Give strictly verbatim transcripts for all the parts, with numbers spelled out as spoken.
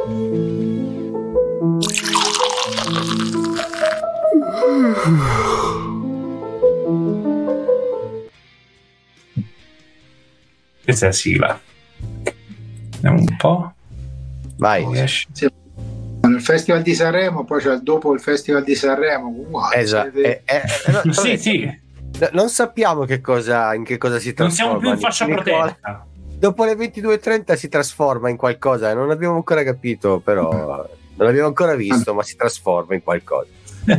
Questa è la sigla. Vediamo un po'. Vai. Sì. Nel Festival di Sanremo, poi c'è dopo il Festival di Sanremo. Wow, esatto. siete... eh, eh, no, sì, sì. Non sappiamo che cosa, in che cosa si trasforma. Non siamo più in fascia Nicola, protetta. dopo le ventidue e trenta si trasforma in qualcosa, non abbiamo ancora capito, però non abbiamo ancora visto, ma si trasforma in qualcosa.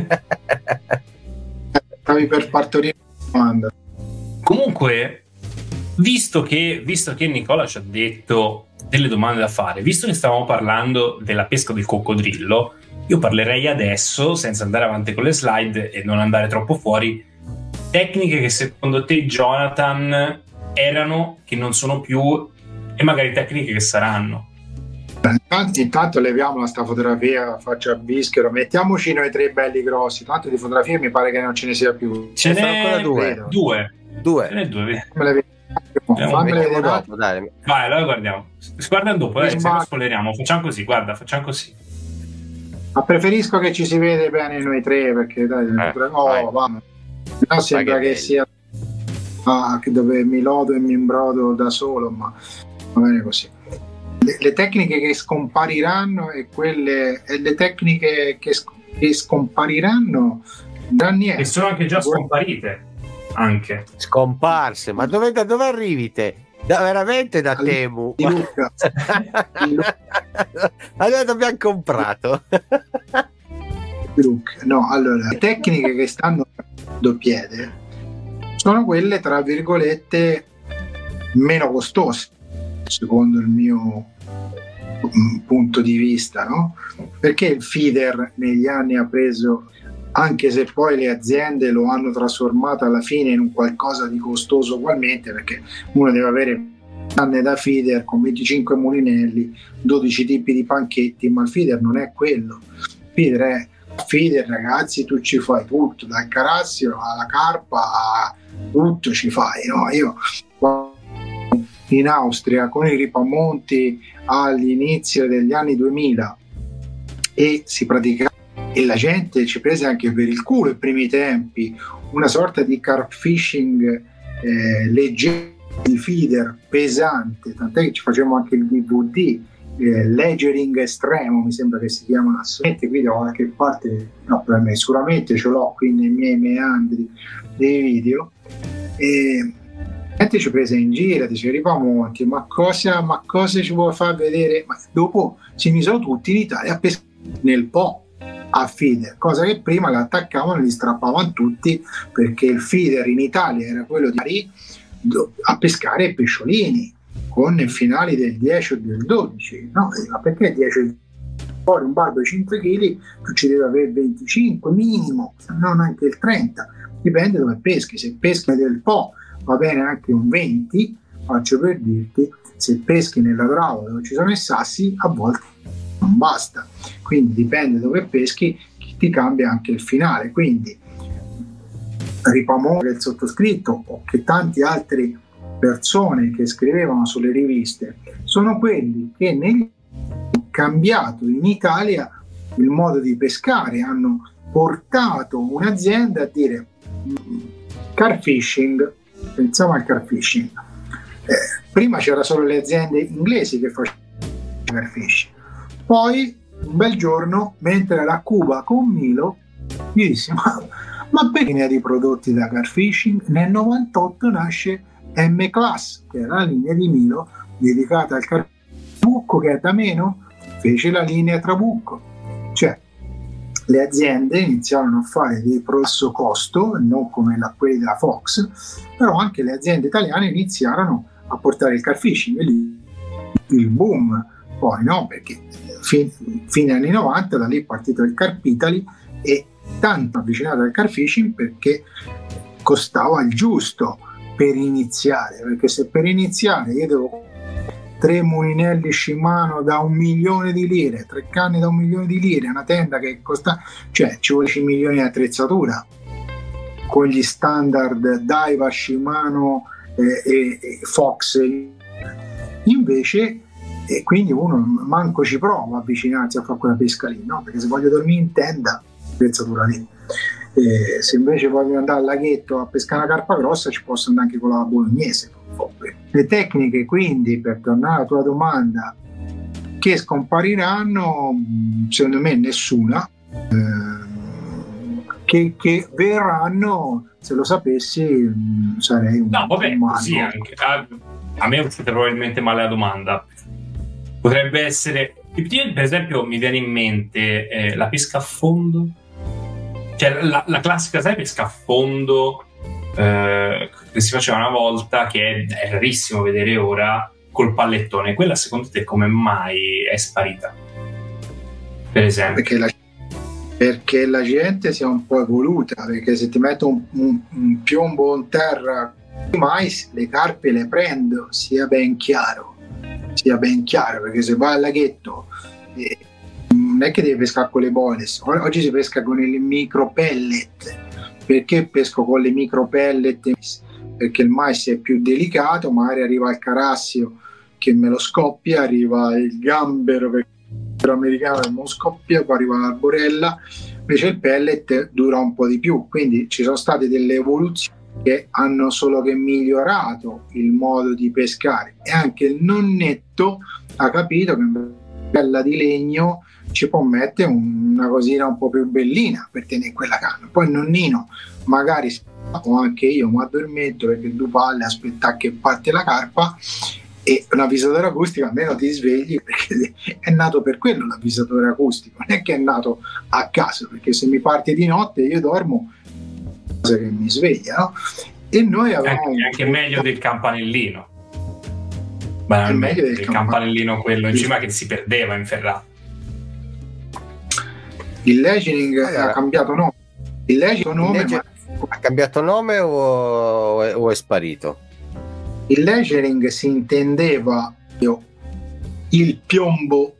Stavi per partorire una domanda. Comunque, visto che, visto che Nicola ci ha detto delle domande da fare, visto che stavamo parlando della pesca del coccodrillo, io parlerei adesso, senza andare avanti con le slide e non andare troppo fuori, tecniche che secondo te, Jonathan, erano, che non sono più, e magari tecniche che saranno. Intanto, intanto leviamola sta fotografia, faccia a bischero, mettiamoci noi tre belli grossi, tanto di fotografie mi pare che non ce ne sia più. Ce ne n'è ancora due. Due. Due. Due. Ce n'è due. Fammele vedere. Dopo, dai. Vai, allora guardiamo. Guardano dopo, dai, se Sbag- non spoileriamo. Facciamo così, guarda, facciamo così. Ma preferisco che ci si vede bene noi tre, perché dai, Eh, oh, va. No, sembra Vai che che sia ah, che dove mi lodo e mi imbrodo da solo, ma va bene così. Le, le tecniche che scompariranno e quelle e le tecniche che, sc- che scompariranno da niente. E sono anche già scomparite. Anche. Scomparse, ma dove, da dove arrivi te? Da, veramente da Allora, Temu? di Luca. Di Luca. Allora abbiamo comprato. No, allora, le tecniche che stanno dando piede sono quelle, tra virgolette, meno costose, secondo il mio mm, punto di vista, no? Perché il feeder negli anni ha preso, anche se poi le aziende lo hanno trasformato alla fine in un qualcosa di costoso ugualmente, perché uno deve avere canne da feeder con venticinque mulinelli, dodici tipi di panchetti, ma il feeder non è quello. Il feeder è feeder, ragazzi, tu ci fai tutto, dal carassio alla carpa, tutto ci fai, no? Io in Austria con i ripamonti all'inizio degli anni duemila e si praticava, e la gente ci prese anche per il culo i primi tempi, una sorta di carp fishing eh, leggero, di feeder pesante, tant'è che ci facevamo anche il D V D, eh, leggering estremo mi sembra che si chiama, assolutamente, qui da qualche parte, no, per me sicuramente ce l'ho qui nei miei meandri dei video, e la gente ci prese in giro, diceva Ripamonti, ma cosa, ma cosa ci vuoi far vedere? Ma dopo si misero tutti in Italia a pescare nel Po a feeder, cosa che prima l'attaccavano e li strappavano tutti, perché il feeder in Italia era quello di a pescare pesciolini con finali del dieci o del dodici, no? Ma perché dieci? Fuori un barbo di cinque chili tu ci devi avere venticinque minimo, non anche il trenta, dipende dove peschi. Se peschi del Po va bene anche un venti, faccio per dirti, se peschi nella travola dove ci sono i sassi a volte non basta, quindi dipende dove peschi, ti cambia anche il finale. Quindi Ripamone, il sottoscritto, o che tanti altri persone che scrivevano sulle riviste, sono quelli che negli hanno cambiato in Italia il modo di pescare, hanno portato un'azienda a dire car fishing, pensiamo al car fishing. Eh, prima c'era solo le aziende inglesi che facevano car fishing, poi un bel giorno, mentre era a Cuba con Milo, gli disse ma, ma per linea di prodotti da car fishing, nel novantotto nasce M-Class, che era la linea di Milo dedicata al car Trabucco, che è da meno, fece la linea Trabucco. Cioè le aziende iniziarono a fare dei prodotti costo, non come la, quelli della Fox, però anche le aziende italiane iniziarono a portare il car fishing, e lì il boom. Poi no, perché fin, fine anni novanta da lì è partito il Carp Italy, e tanto avvicinato al car fishing perché costava il giusto per iniziare, perché se per iniziare io devo tre mulinelli Shimano da un milione di lire, tre canne da un milione di lire, una tenda che costa, cioè ci vuole cinque milioni di attrezzatura con gli standard Daiwa, Shimano eh, e, e Fox. Invece e quindi uno manco ci prova a avvicinarsi a fare quella pesca lì, no? Perché se voglio dormire in tenda, pezzatura lì. E se invece voglio andare al laghetto a pescare una carpa grossa, ci posso andare anche con la bolognese. Le tecniche, quindi, per tornare alla tua domanda, che scompariranno, secondo me nessuna, eh, che, che verranno, se lo sapessi sarei un, no vabbè un sì, anche, a, a me è uscita probabilmente male la domanda. Potrebbe essere, per esempio mi viene in mente eh, la pesca a fondo, cioè la, la classica, sai, pesca a fondo eh, che si faceva una volta, che è, è rarissimo vedere ora, col pallettone. Quella secondo te come mai è sparita, per esempio? Perché la, perché la gente si è un po' evoluta, perché se ti metto un, un, un piombo in terra di mais, le carpe le prendo, sia ben chiaro sia ben chiaro, perché se vai al laghetto eh, non è che devi pescare con le boles, oggi si pesca con il micro pellet. Perché pesco con le micro pellet? Perché il mais è più delicato, magari arriva il carassio che me lo scoppia, arriva il gambero perché americano che me lo scoppia, poi arriva l'arborella, invece il pellet dura un po' di più, quindi ci sono state delle evoluzioni che hanno solo che migliorato il modo di pescare, e anche il nonnetto ha capito che in bella di legno ci può mettere una cosina un po' più bellina per tenere quella canna. Poi il nonnino magari, o anche io, mi addormento perché due palle aspettare che parte la carpa, e un avvisatore acustico almeno ti svegli, perché è nato per quello l'avvisatore acustico, non è che è nato a caso, perché se mi parte di notte io dormo, cosa che mi sveglia, no? E noi avevamo anche, anche meglio del campanellino, banalmente, del, del campanellino quello in cima che si perdeva in ferrato. Il Legening allora, ha cambiato nome. Il Legening nome ma... ha cambiato nome o è, o è sparito? Il Legening si intendeva io, il piombo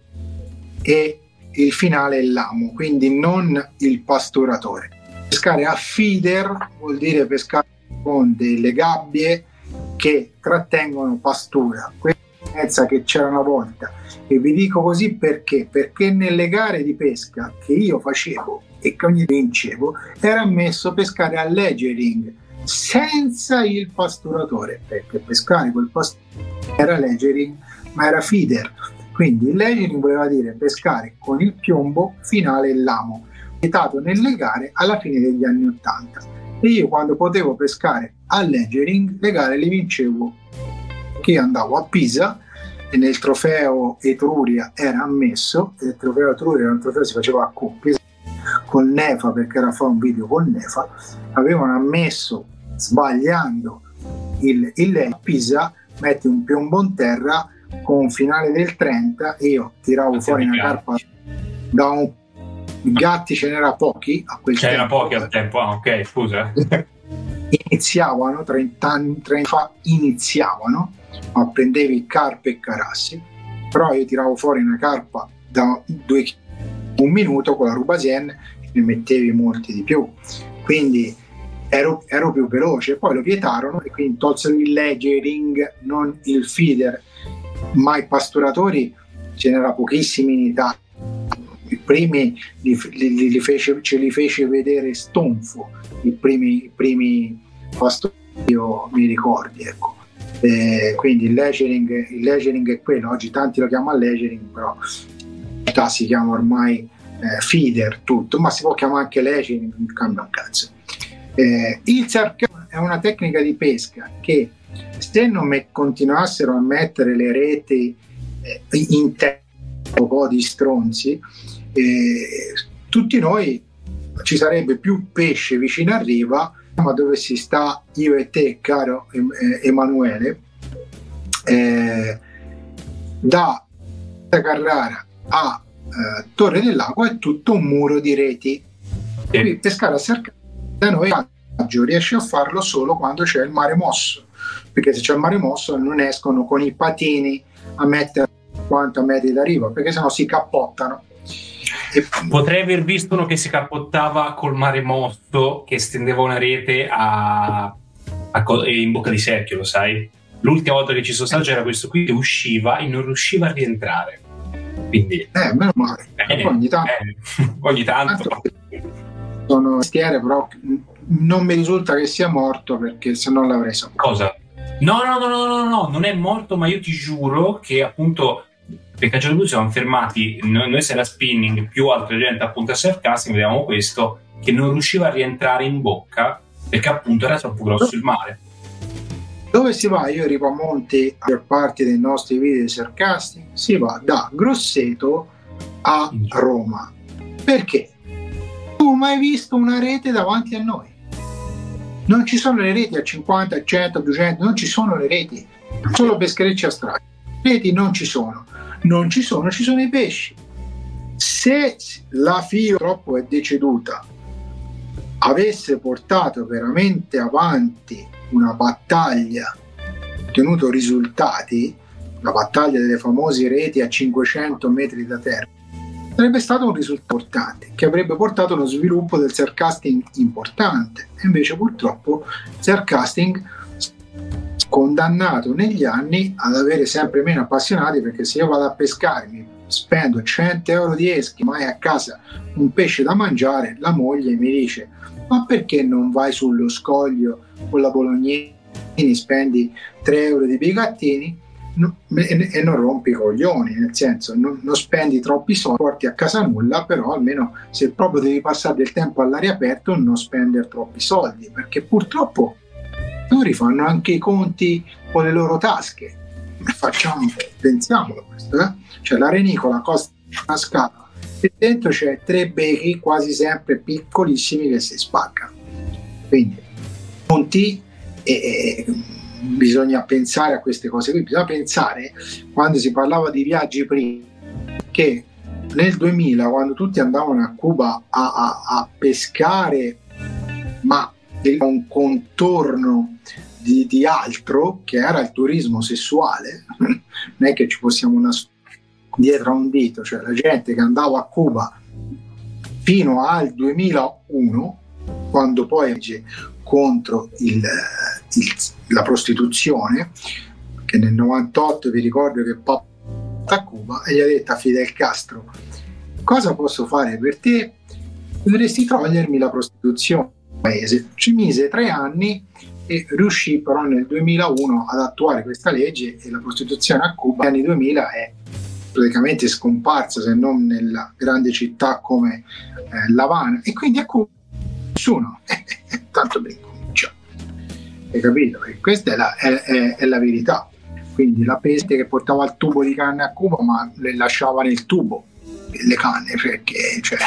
e il finale il lamo, quindi non il pasturatore. Pescare a feeder vuol dire pescare con delle gabbie che trattengono pastura. Questa che c'era una volta, e vi dico così perché perché nelle gare di pesca che io facevo e che ogni vincevo era ammesso pescare a Legening senza il pasturatore, perché pescare col pasturatore era Legening ma era feeder, quindi il Legening voleva dire pescare con il piombo finale il lamo, vietato nelle gare alla fine degli anni ottanta, e io quando potevo pescare a Legening le gare le vincevo, che andavo a Pisa e nel trofeo Etruria era ammesso, e il trofeo Etruria era un trofeo che si faceva a coppie con Nefa, perché era a fare un video con Nefa, avevano ammesso sbagliando il, il a Pisa metti un piombo in terra con un finale del trenta, e io tiravo non fuori una carpa da un gatti, ce n'era pochi a quel c'era tempo, pochi al tempo, ah, ok, scusa. Iniziavano trenta anni fa, iniziavano, ma prendevi carpe e carassi, però io tiravo fuori una carpa da due, un minuto con la Rubasien, ne mettevi molti di più, quindi ero, ero più veloce. Poi lo vietarono e quindi tolsero il Legening, non il feeder, ma i pasturatori ce n'era pochissimi in Italia. I primi li, li, li fece, ce li fece vedere Stonfo, i primi, i primi pastori, io mi ricordi, ecco. Eh, quindi il Legening, il Legening è quello, oggi tanti lo chiamano Legening, però in realtà si chiama ormai eh, feeder tutto, ma si può chiamare anche Legening, non cambia un cazzo. Eh, il cercone è una tecnica di pesca che, se non me continuassero a mettere le reti eh, in terra, un po' di stronzi, eh, tutti noi ci sarebbe più pesce vicino a riva, ma dove si sta io e te, caro Emanuele, eh, da Carrara a eh, Torre del Lago è tutto un muro di reti. Sì. Qui pescare a Sarcassia da noi riesce a farlo solo quando c'è il mare mosso, perché se c'è il mare mosso non escono con i patini a mettere quanto a metri da riva, perché sennò si cappottano. E potrei aver visto uno che si cappottava col mare mosso, che stendeva una rete a, a in bocca di cerchio, lo sai? l'ultima volta che ci sono stato c'era questo qui che usciva e non riusciva a rientrare, quindi eh, meno male. bene, ogni tanto, bene. ogni tanto. Sono mestiere, però non mi risulta che sia morto, perché se no l'avrei saputo. Cosa? No, no, no, no, no, no, non è morto, ma io ti giuro che appunto, perché a un certo punto siamo fermati, noi, noi sei la spinning, più altra gente appunto a surfcasting, vediamo questo, che non riusciva a rientrare in bocca, perché appunto era troppo grosso il mare. Dove si va? Io arrivo a monte per parte dei nostri video di surfcasting, si va da Grosseto a Roma. Perché? Tu mai visto una rete davanti a noi? Non ci sono le reti a cinquanta, cento, duecento, non ci sono le reti, solo pescherecci a strada. Reti non ci sono, non ci sono, ci sono i pesci. Se la F I O purtroppo è deceduta, avesse portato veramente avanti una battaglia, ottenuto risultati, la battaglia delle famose reti a cinquecento metri da terra, sarebbe stato un risultato importante che avrebbe portato uno sviluppo del surfcasting importante. E invece purtroppo il surfcasting condannato negli anni ad avere sempre meno appassionati, perché se io vado a pescare mi spendo cento euro di eschi, ma hai a casa un pesce da mangiare, la moglie mi dice: ma perché non vai sullo scoglio con la Bolognini, spendi tre euro di bigattini e non rompi i coglioni, nel senso non, non spendi troppi soldi, porti a casa nulla, però almeno se proprio devi passare del tempo all'aria aperta non spendere troppi soldi, perché purtroppo loro fanno anche i conti con le loro tasche. Facciamo, pensiamolo questo, eh? Cioè la renicola costa una scala e dentro c'è tre becchi quasi sempre piccolissimi che si spaccano, quindi conti e, e bisogna pensare a queste cose qui. Bisogna pensare, quando si parlava di viaggi prima, che nel duemila, quando tutti andavano a Cuba a, a, a pescare, ma un contorno di, di altro, che era il turismo sessuale, non è che ci possiamo nascondere dietro a un dito, cioè la gente che andava a Cuba fino al duemilauno, quando poi contro il, il, la prostituzione, che nel novantotto vi ricordo che Papa a Cuba e gli ha detto a Fidel Castro: cosa posso fare per te? Dovresti togliermi la prostituzione. Paese. Ci mise tre anni e riuscì però nel duemilauno ad attuare questa legge, e la prostituzione a Cuba negli anni duemila è praticamente scomparsa, se non nella grande città come eh, L'Havana, e quindi a Cuba nessuno tanto ben comincia, hai capito? E questa è la, è, è, è la verità. Quindi la peste che portava il tubo di canne a Cuba, ma le lasciava nel tubo le canne, perché cioè,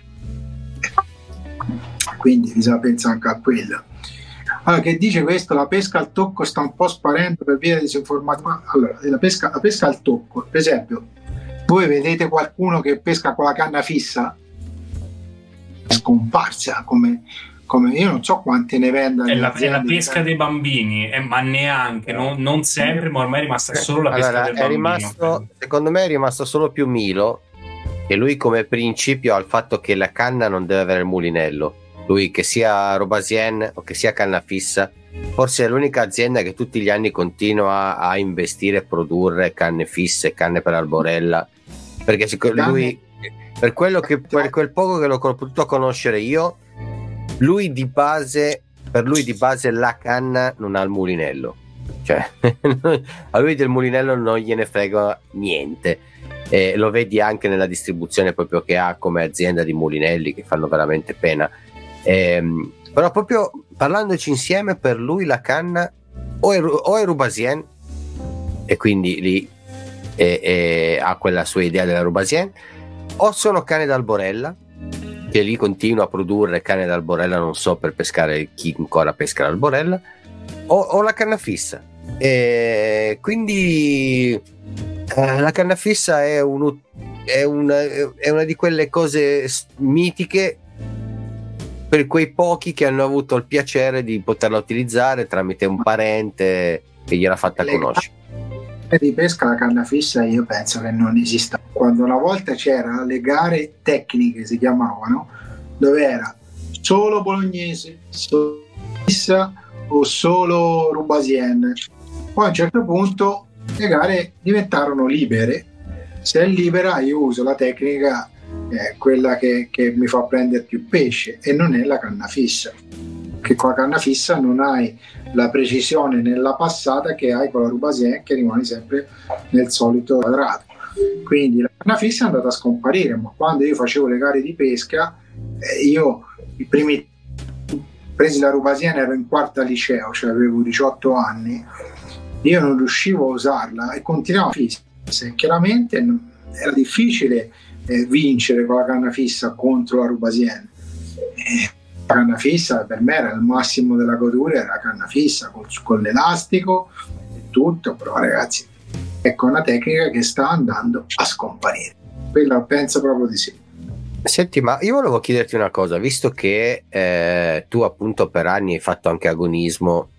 quindi bisogna pensare anche a quello. Allora, che dice questo? La pesca al tocco sta un po' sparendo per via di disinformazione. Allora, la pesca, la pesca al tocco, per esempio, voi vedete qualcuno che pesca con la canna fissa? È scomparsa, come, come io non so quante ne vendano. È la, è la pesca dei bambini, eh, ma neanche, non, non sempre, ma ormai è rimasta solo la pesca allora, del è bambino. Rimasto, secondo me è rimasto solo più Milo, e lui come principio ha il fatto che la canna non deve avere il mulinello. Lui, che sia Robasien o che sia canna fissa, forse è l'unica azienda che tutti gli anni continua a investire e produrre canne fisse, canne per alborella, perché lui, per quello che per quel poco che l'ho potuto conoscere io, lui di base, per lui di base la canna non ha il mulinello, cioè a lui del mulinello non gliene frega niente. E lo vedi anche nella distribuzione proprio che ha come azienda di mulinelli, che fanno veramente pena. Ehm, però proprio parlandoci insieme, per lui la canna o è, o è Rubasien, e quindi lì è, è, ha quella sua idea della Rubasien, o sono canne d'alborella, che lì continua a produrre canne d'alborella, non so per pescare chi ancora pesca l'alborella, o, o la canna fissa. E quindi eh, la canna fissa è, un, è, una, è una di quelle cose mitiche per quei pochi che hanno avuto il piacere di poterla utilizzare tramite un parente che gliel'ha fatta le conoscere. Di pesca la canna fissa io penso che non esista. Quando una volta c'era le gare tecniche, si chiamavano, dove era solo bolognese, solo fissa o solo Rubasien, Poi a un certo punto le gare diventarono libere. Se è libera io uso la tecnica eh, quella che, che mi fa prendere più pesce, e non è la canna fissa, che con la canna fissa non hai la precisione nella passata che hai con la Rubasien, che rimane sempre nel solito quadrato. Quindi la canna fissa è andata a scomparire, ma quando io facevo le gare di pesca eh, io i primi presi la Rubasien ero in quarta liceo, cioè avevo diciotto anni, io non riuscivo a usarla e continuavo a fissa. Chiaramente era difficile eh, vincere con la canna fissa contro la Rubasien. Eh, la canna fissa per me era il massimo della godura, era la canna fissa con, con l'elastico e tutto, però ragazzi, ecco una tecnica che sta andando a scomparire. Quella penso proprio di sì. Senti, ma io volevo chiederti una cosa, visto che eh, tu appunto per anni hai fatto anche agonismo,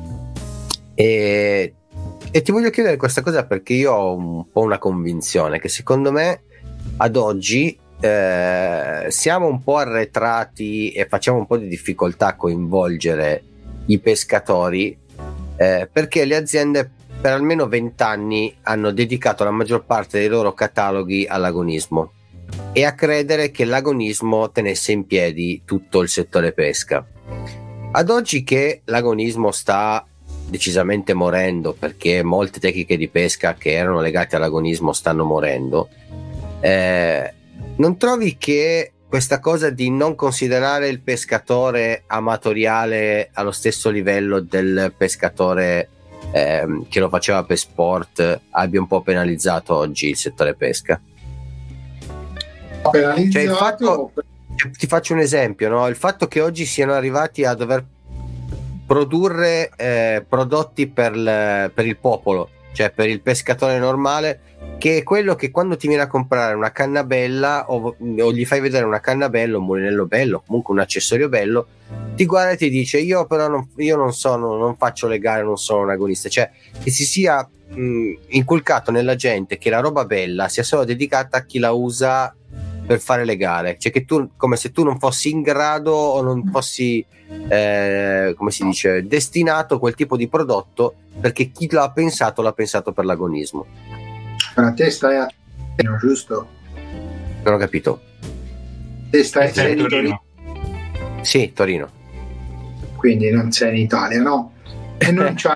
e, e ti voglio chiedere questa cosa perché io ho un po' una convinzione che secondo me ad oggi eh, siamo un po' arretrati e facciamo un po' di difficoltà a coinvolgere i pescatori eh, perché le aziende per almeno vent'anni hanno dedicato la maggior parte dei loro cataloghi all'agonismo e a credere che l'agonismo tenesse in piedi tutto il settore pesca. Ad oggi che l'agonismo sta decisamente morendo, perché molte tecniche di pesca che erano legate all'agonismo stanno morendo, eh, non trovi che questa cosa di non considerare il pescatore amatoriale allo stesso livello del pescatore eh, che lo faceva per sport abbia un po' penalizzato oggi il settore pesca? Penalizzato. Cioè il fatto, ti faccio un esempio, no? Il fatto che oggi siano arrivati a dover produrre eh, prodotti per, le, per il popolo, cioè per il pescatore normale, che è quello che quando ti viene a comprare una canna bella o, o gli fai vedere una canna bella, un mulinello bello, comunque un accessorio bello, ti guarda e ti dice io però non, io non sono, non faccio le gare, non sono un agonista. Cioè che si sia mh, inculcato nella gente che la roba bella sia solo dedicata a chi la usa per fare le gare, cioè che tu, come se tu non fossi in grado o non fossi eh, come si dice, destinato a quel tipo di prodotto, perché chi l'ha pensato l'ha pensato per l'agonismo. Ma te stai a giusto? Non ho capito. Te stai, sei sei a Torino. Torino? Sì, Torino. Quindi non sei in Italia, no? E non c'è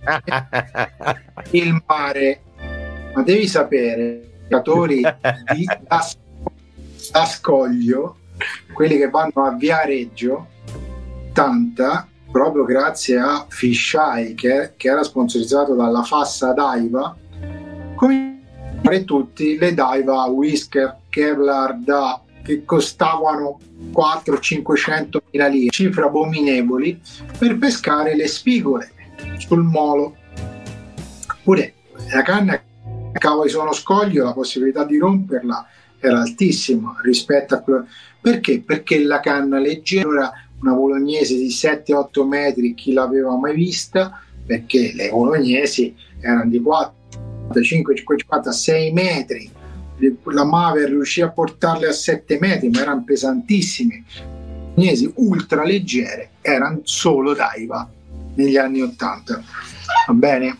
il mare, ma devi sapere, i pescatori di da, da scoglio, quelli che vanno a Viareggio, tanta, proprio grazie a Fisheye che, che era sponsorizzato dalla Fassa Daiva, come tutti le Daiva Whisker Kevlar da che costavano quattrocento cinquecento mila lire, cifre abominevoli, per pescare le spigole sul molo. Pure la canna cavo su uno scoglio, la possibilità di romperla era altissima rispetto a quello. Perché? Perché la canna leggera, una bolognese di sette otto metri, chi l'aveva mai vista, perché le bolognesi erano di quattro cinque cinquanta sei metri, la Maver riuscì a portarle a sette metri, ma erano pesantissime. Le bolognesi ultra leggere erano solo Daiva negli anni ottanta, va bene?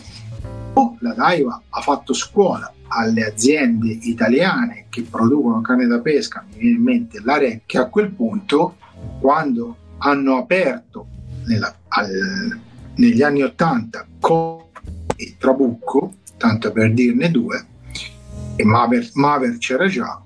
La Daiva ha fatto scuola alle aziende italiane che producono canne da pesca, mi viene in mente la Re, che a quel punto, quando hanno aperto nella, al, negli anni ottanta con il Trabucco, tanto per dirne due, e Maver, Maver c'era già,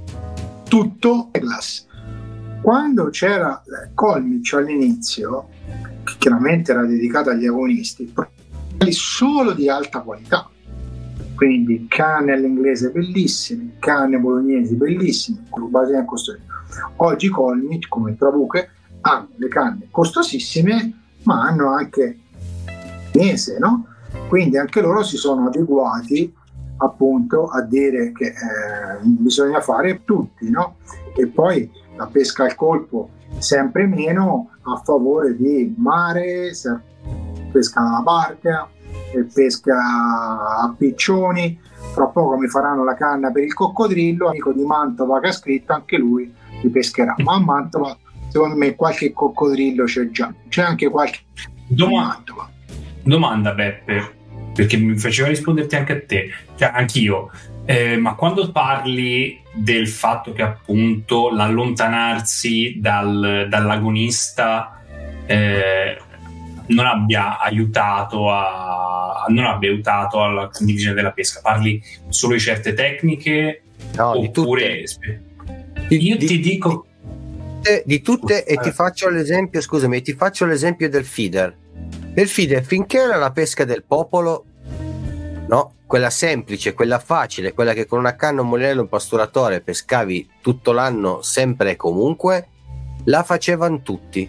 tutto glass. Quando c'era Colmich all'inizio, che chiaramente era dedicata agli agonisti, solo di alta qualità, quindi canne all'inglese bellissime, canne bolognesi bellissime, con base costosi. Oggi Colmich, come il Trabuche, hanno le canne costosissime, ma hanno anche mese, no? Quindi anche loro si sono adeguati appunto a dire che eh, bisogna fare tutti, no? E poi la pesca al colpo sempre meno a favore di mare, pesca alla barca, e pesca a piccioni. Tra poco mi faranno la canna per il coccodrillo, amico di Mantova che ha scritto, anche lui li pescherà, ma a Mantova secondo me qualche coccodrillo c'è già, c'è anche qualche Domanda, Mantova. Domanda, Beppe, perché mi faceva risponderti anche a te, cioè anch'io, eh, ma quando parli del fatto che appunto l'allontanarsi dal, dall'agonista eh, non abbia aiutato a non abbia aiutato alla condivisione della pesca, parli solo di certe tecniche? No, oppure di tutte. Io di, ti dico di, di tutte e ti faccio l'esempio, scusami, ti faccio l'esempio del feeder. Il feeder, finché era la pesca del popolo, no? Quella semplice, quella facile, quella che con una canna, un mulinello, un pasturatore pescavi tutto l'anno, sempre e comunque, la facevano tutti.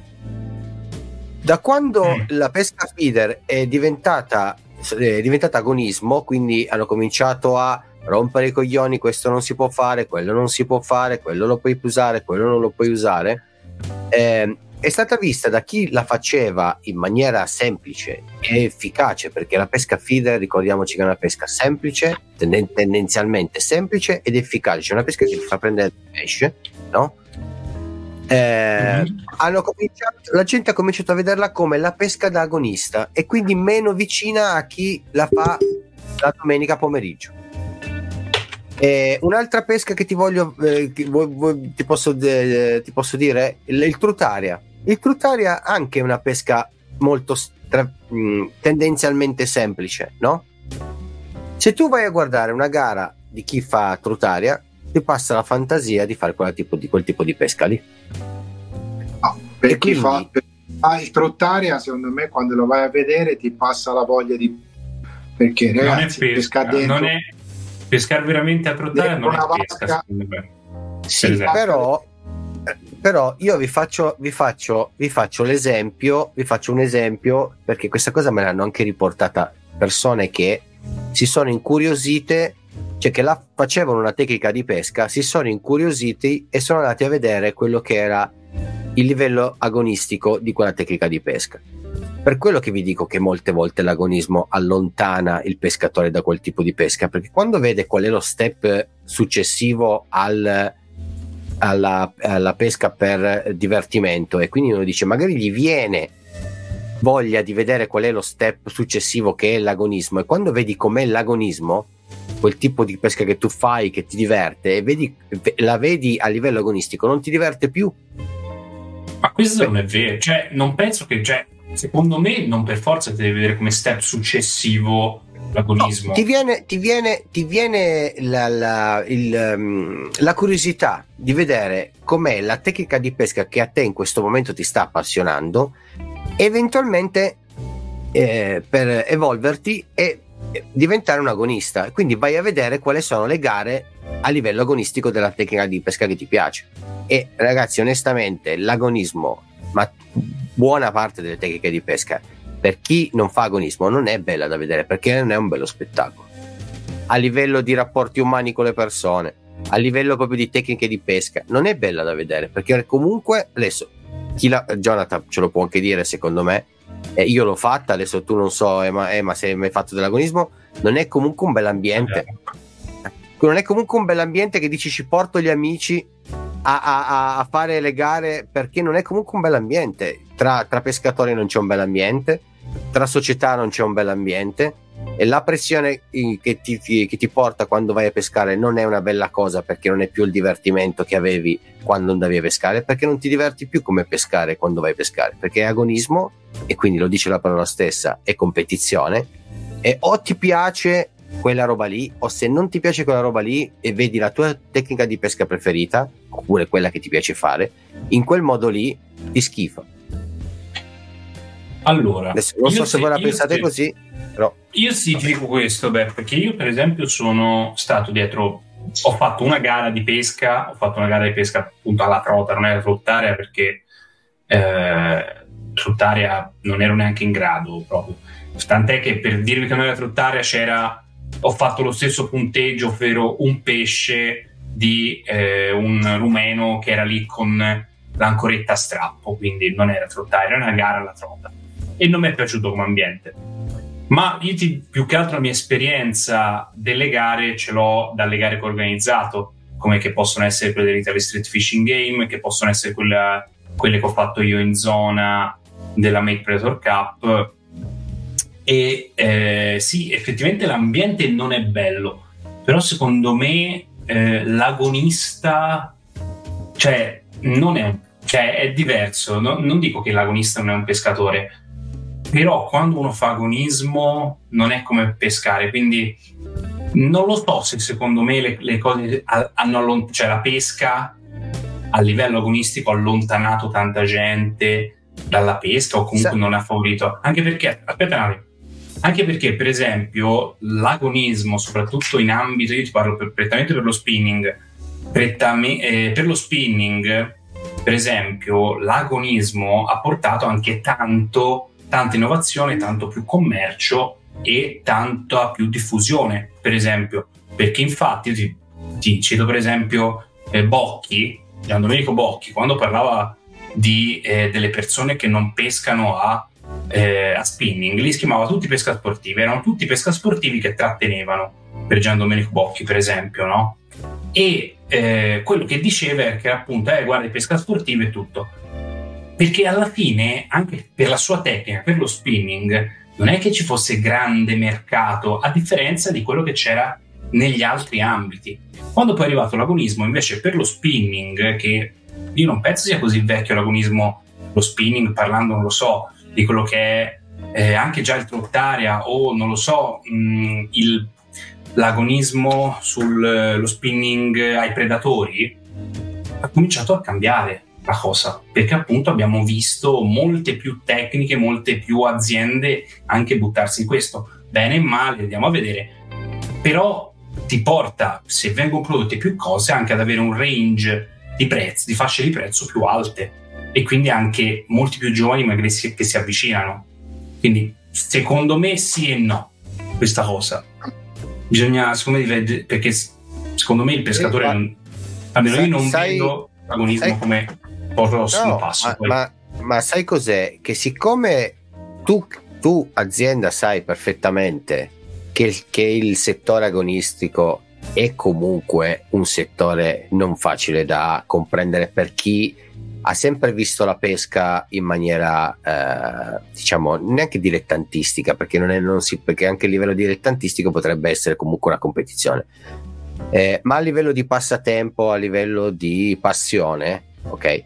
Da quando mm. la pesca feeder è diventata, è diventata agonismo, quindi hanno cominciato a rompere i coglioni, questo non si può fare, quello non si può fare, quello lo puoi usare, quello non lo puoi usare, eh, è stata vista da chi la faceva in maniera semplice e efficace, perché la pesca feeder, ricordiamoci che è una pesca semplice, tenden- tendenzialmente semplice ed efficace, cioè una pesca che ti fa prendere il pesce, no? Eh, mm-hmm. hanno cominciato, la gente ha cominciato a vederla come la pesca da agonista e quindi meno vicina a chi la fa la domenica pomeriggio. Eh, un'altra pesca che ti voglio eh, che vuoi, vuoi, ti, posso, eh, ti posso dire il, il trutaria. Il trutaria anche è una pesca molto tra, mh, tendenzialmente semplice, no? Se tu vai a guardare una gara di chi fa trutaria, ti passa la fantasia di fare quel tipo di, quel tipo di pesca lì. No, per chi quindi, fa per, ah, il trottaria, secondo me, quando lo vai a vedere ti passa la voglia di, perché ragazzi, non è pesca, pesca non è pescare veramente a trottaria, non è pesca, secondo me. Sì, per però però io vi faccio vi faccio vi faccio l'esempio vi faccio un esempio, perché questa cosa me l'hanno anche riportata persone che si sono incuriosite, cioè che la facevano una tecnica di pesca, si sono incuriositi e sono andati a vedere quello che era il livello agonistico di quella tecnica di pesca. Per quello che vi dico che molte volte l'agonismo allontana il pescatore da quel tipo di pesca, perché quando vede qual è lo step successivo al, alla, alla pesca per divertimento, e quindi uno dice magari gli viene voglia di vedere qual è lo step successivo che è l'agonismo, e quando vedi com'è l'agonismo, quel tipo di pesca che tu fai che ti diverte, e vedi, la vedi a livello agonistico, non ti diverte più. Ma questo Beh. non è vero, cioè non penso che, cioè secondo me non per forza ti devi vedere come step successivo l'agonismo. No, ti viene, ti viene, ti viene la, la, il, um, la curiosità di vedere com'è la tecnica di pesca che a te in questo momento ti sta appassionando, eventualmente eh, per evolverti e diventare un agonista. Quindi vai a vedere quali sono le gare a livello agonistico della tecnica di pesca che ti piace. E ragazzi, onestamente l'agonismo, ma buona parte delle tecniche di pesca, per chi non fa agonismo non è bella da vedere, perché non è un bello spettacolo a livello di rapporti umani con le persone, a livello proprio di tecniche di pesca non è bella da vedere, perché comunque adesso chi la, Jonathan ce lo può anche dire, secondo me, eh, io l'ho fatta, adesso tu non so Emma, Emma se hai mai fatto dell'agonismo, non è comunque un bell'ambiente, non è comunque un bell'ambiente che dici ci porto gli amici a, a, a fare le gare, perché non è comunque un bell'ambiente. Tra, tra pescatori non c'è un bell'ambiente, tra società non c'è un bell'ambiente, e la pressione che ti, che ti porta quando vai a pescare non è una bella cosa, perché non è più il divertimento che avevi quando andavi a pescare, perché non ti diverti più come pescare quando vai a pescare, perché è agonismo, e quindi lo dice la parola stessa, è competizione, e o ti piace quella roba lì, o se non ti piace quella roba lì e vedi la tua tecnica di pesca preferita, oppure quella che ti piace fare, in quel modo lì ti schifa. Allora, adesso non so se voi la pensate sì. così, però io sì ti dico questo, beh, perché io per esempio sono stato dietro, ho fatto una gara di pesca, ho fatto una gara di pesca appunto alla trota, non era trottaria, perché eh, trottaria non ero neanche in grado proprio, tant'è che per dirvi che non era trottaria c'era, ho fatto lo stesso punteggio, ovvero un pesce di eh, un rumeno che era lì con l'ancoretta a strappo, quindi non era trottaria, era una gara alla trota, e non mi è piaciuto come ambiente. Ma io ti, più che altro la mia esperienza delle gare ce l'ho dalle gare che ho organizzato, come che possono essere quelle dell'Italy Street Fishing Game, che possono essere quelle, quelle che ho fatto io in zona della Made Predator Cup, e eh, sì, effettivamente l'ambiente non è bello, però secondo me eh, l'agonista, cioè non è, cioè è diverso. No, non dico che l'agonista non è un pescatore, però quando uno fa agonismo non è come pescare, quindi non lo so se secondo me le, le cose hanno allontanato, cioè la pesca a livello agonistico ha allontanato tanta gente dalla pesca o comunque sì. non ha favorito, anche perché aspetta un attimo, anche perché per esempio l'agonismo, soprattutto in ambito, io ti parlo per, prettamente per lo spinning, prettame, eh, per lo spinning per esempio l'agonismo ha portato anche tanto tanta innovazione, tanto più commercio e tanta più diffusione, per esempio, perché infatti ti, ti cito per esempio eh, Bocchi, Gian Domenico Bocchi, quando parlava di eh, delle persone che non pescano a, eh, a spinning, li chiamava tutti pesca sportivi, erano tutti pesca sportivi che trattenevano, per Gian Domenico Bocchi per esempio, no? E eh, quello che diceva era che appunto eh, guarda, pesca sportiva e tutto, perché alla fine anche per la sua tecnica, per lo spinning non è che ci fosse grande mercato, a differenza di quello che c'era negli altri ambiti. Quando poi è arrivato l'agonismo invece per lo spinning, che io non penso sia così vecchio l'agonismo, lo spinning, parlando non lo so di quello che è eh, anche già il trottarea o non lo so mh, il, l'agonismo sullo spinning ai predatori, ha cominciato a cambiare la cosa, perché appunto abbiamo visto molte più tecniche, molte più aziende anche buttarsi in questo, bene e male, andiamo a vedere, però ti porta, se vengono prodotte più cose, anche ad avere un range di prezzi, di fasce di prezzo più alte, e quindi anche molti più giovani magari si, che si avvicinano. Quindi secondo me sì e no questa cosa bisogna, secondo me, perché secondo me il pescatore sì, non, almeno sai, io non sai, vedo l'agonismo sai, come prossimo no, passo. Ma, ma, ma sai cos'è? Che siccome tu, tu azienda sai perfettamente che il, che il settore agonistico è comunque un settore non facile da comprendere per chi ha sempre visto la pesca in maniera eh, diciamo neanche dilettantistica, perché non è, non si, perché anche a livello dilettantistico potrebbe essere comunque una competizione, eh, ma a livello di passatempo, a livello di passione, ok?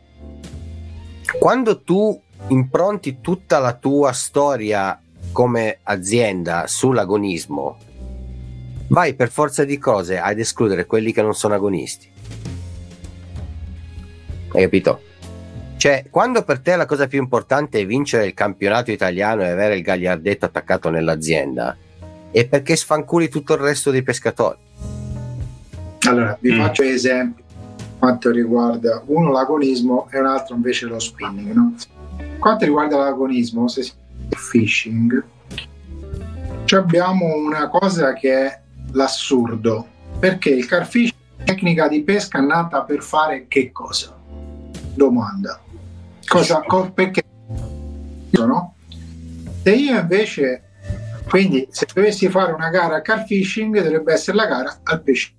Quando tu impronti tutta la tua storia come azienda sull'agonismo, vai per forza di cose ad escludere quelli che non sono agonisti. Hai capito? Cioè, quando per te la cosa più importante è vincere il campionato italiano e avere il gagliardetto attaccato nell'azienda, è perché sfanculi tutto il resto dei pescatori. Allora, vi mm. faccio esempi quanto riguarda uno l'agonismo e un altro invece lo spinning, no? Quanto riguarda l'agonismo, se si fa fishing, cioè abbiamo una cosa che è l'assurdo, perché il carfishing è una tecnica di pesca nata per fare che cosa? Domanda. Cosa, co- perché no? Se io invece, quindi se dovessi fare una gara a carfishing, dovrebbe essere la gara al pesce,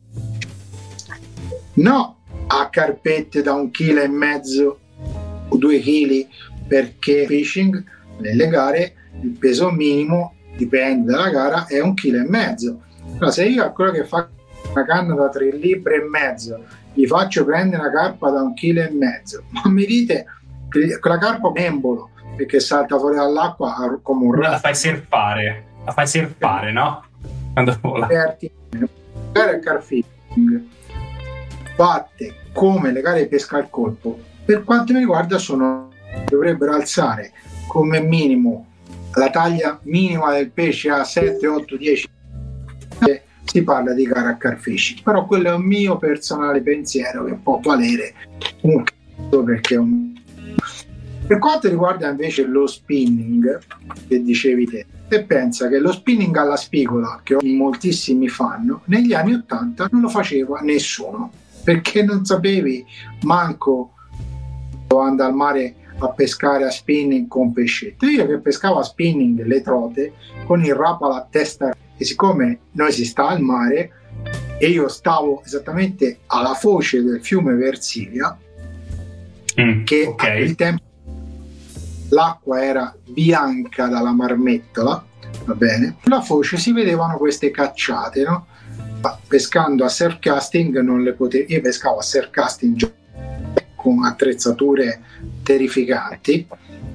no a carpette da un chilo e mezzo o due chili, perché fishing nelle gare il peso minimo, dipende dalla gara, è un chilo e mezzo. Allora, se io a quello che fa una canna da tre libbre e mezzo gli faccio prendere una carpa da un chilo e mezzo, ma mi dite che quella carpa è embolo perché salta fuori dall'acqua come un ratto. La fai surfare, la fai surfare, no? Quando vola. Le gare a carfishing fatte come le gare di pesca al colpo, per quanto mi riguarda, sono dovrebbero alzare come minimo la taglia minima del pesce a sette, otto, dieci. Si parla di gara a carfishing, però quello è un mio personale pensiero che può valere un cazzo, perché è un... Per quanto riguarda invece lo spinning che dicevi te, se pensa che lo spinning alla spigola, che moltissimi fanno, negli anni ottanta non lo faceva nessuno, perché non sapevi manco andare al mare a pescare a spinning con pescette. Io che pescavo a spinning le trote con il rapala a testa, e siccome noi si sta al mare e io stavo esattamente alla foce del fiume Versilia, mm, che okay. a quel tempo l'acqua era bianca dalla marmettola, va bene? Sulla foce si vedevano queste cacciate, no? Ma pescando a surf casting non le potevo, io pescavo a surf casting con attrezzature terrificanti,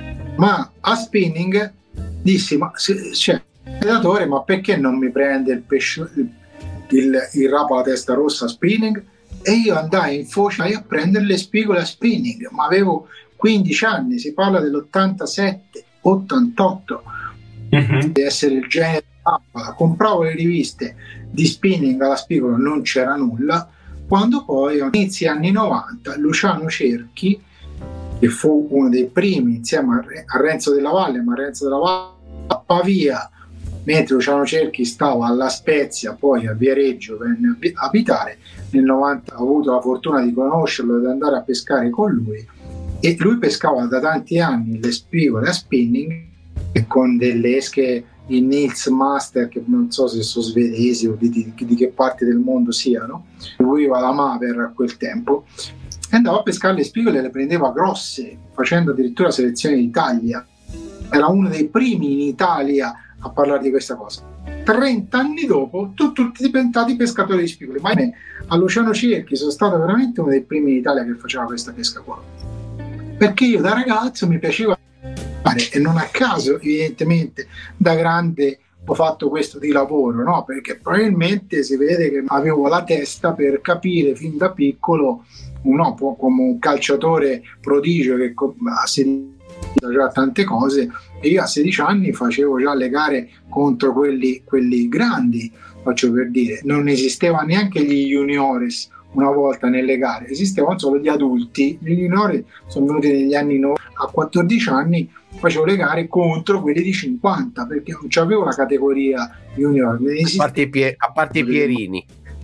ma a spinning dissi, ma se, cioè, predatore, ma perché non mi prende il pesce, il, il, il rapo alla testa rossa a spinning? E io andai in foce a prendere le spigole a spinning, ma avevo quindici anni, si parla dell'ottantasette ottantotto, uh-huh. di essere il genere della compravo le riviste di spinning alla spigola, non c'era nulla. Quando poi inizi anni novanta Luciano Cerchi, che fu uno dei primi insieme a Renzo della Valle, ma Renzo della Valle a Pavia, mentre Luciano Cerchi stava alla Spezia, poi a Viareggio venne a abitare. Nel novanta ho avuto la fortuna di conoscerlo e di andare a pescare con lui, e lui pescava da tanti anni le spigole a spinning con delle esche in Nils Master, che non so se sono svedesi o di, di, di che parte del mondo siano. Lui aveva la Maver a quel tempo e andava a pescare le spigole e le prendeva grosse, facendo addirittura selezione d'Italia. Era uno dei primi in Italia a parlare di questa cosa. trenta anni dopo tutti, tutti diventati pescatori di spigole, ma a Luciano Cerchi sono stato veramente uno dei primi in Italia che faceva questa pesca qua, perché io da ragazzo mi piaceva fare, e non a caso evidentemente da grande ho fatto questo di lavoro, no? Perché probabilmente si vede che avevo la testa per capire fin da piccolo, no, come un calciatore prodigio che a sedici faceva tante cose, e io a sedici anni facevo già le gare contro quelli, quelli grandi, faccio per dire, non esisteva neanche gli juniores una volta nelle gare, esistevano solo gli adulti. Gli juniores sono venuti negli anni novanta. A quattordici anni facevo le gare contro quelli di cinquanta, perché non c'avevo la categoria junior. A parte i, pie- a parte i Pierini.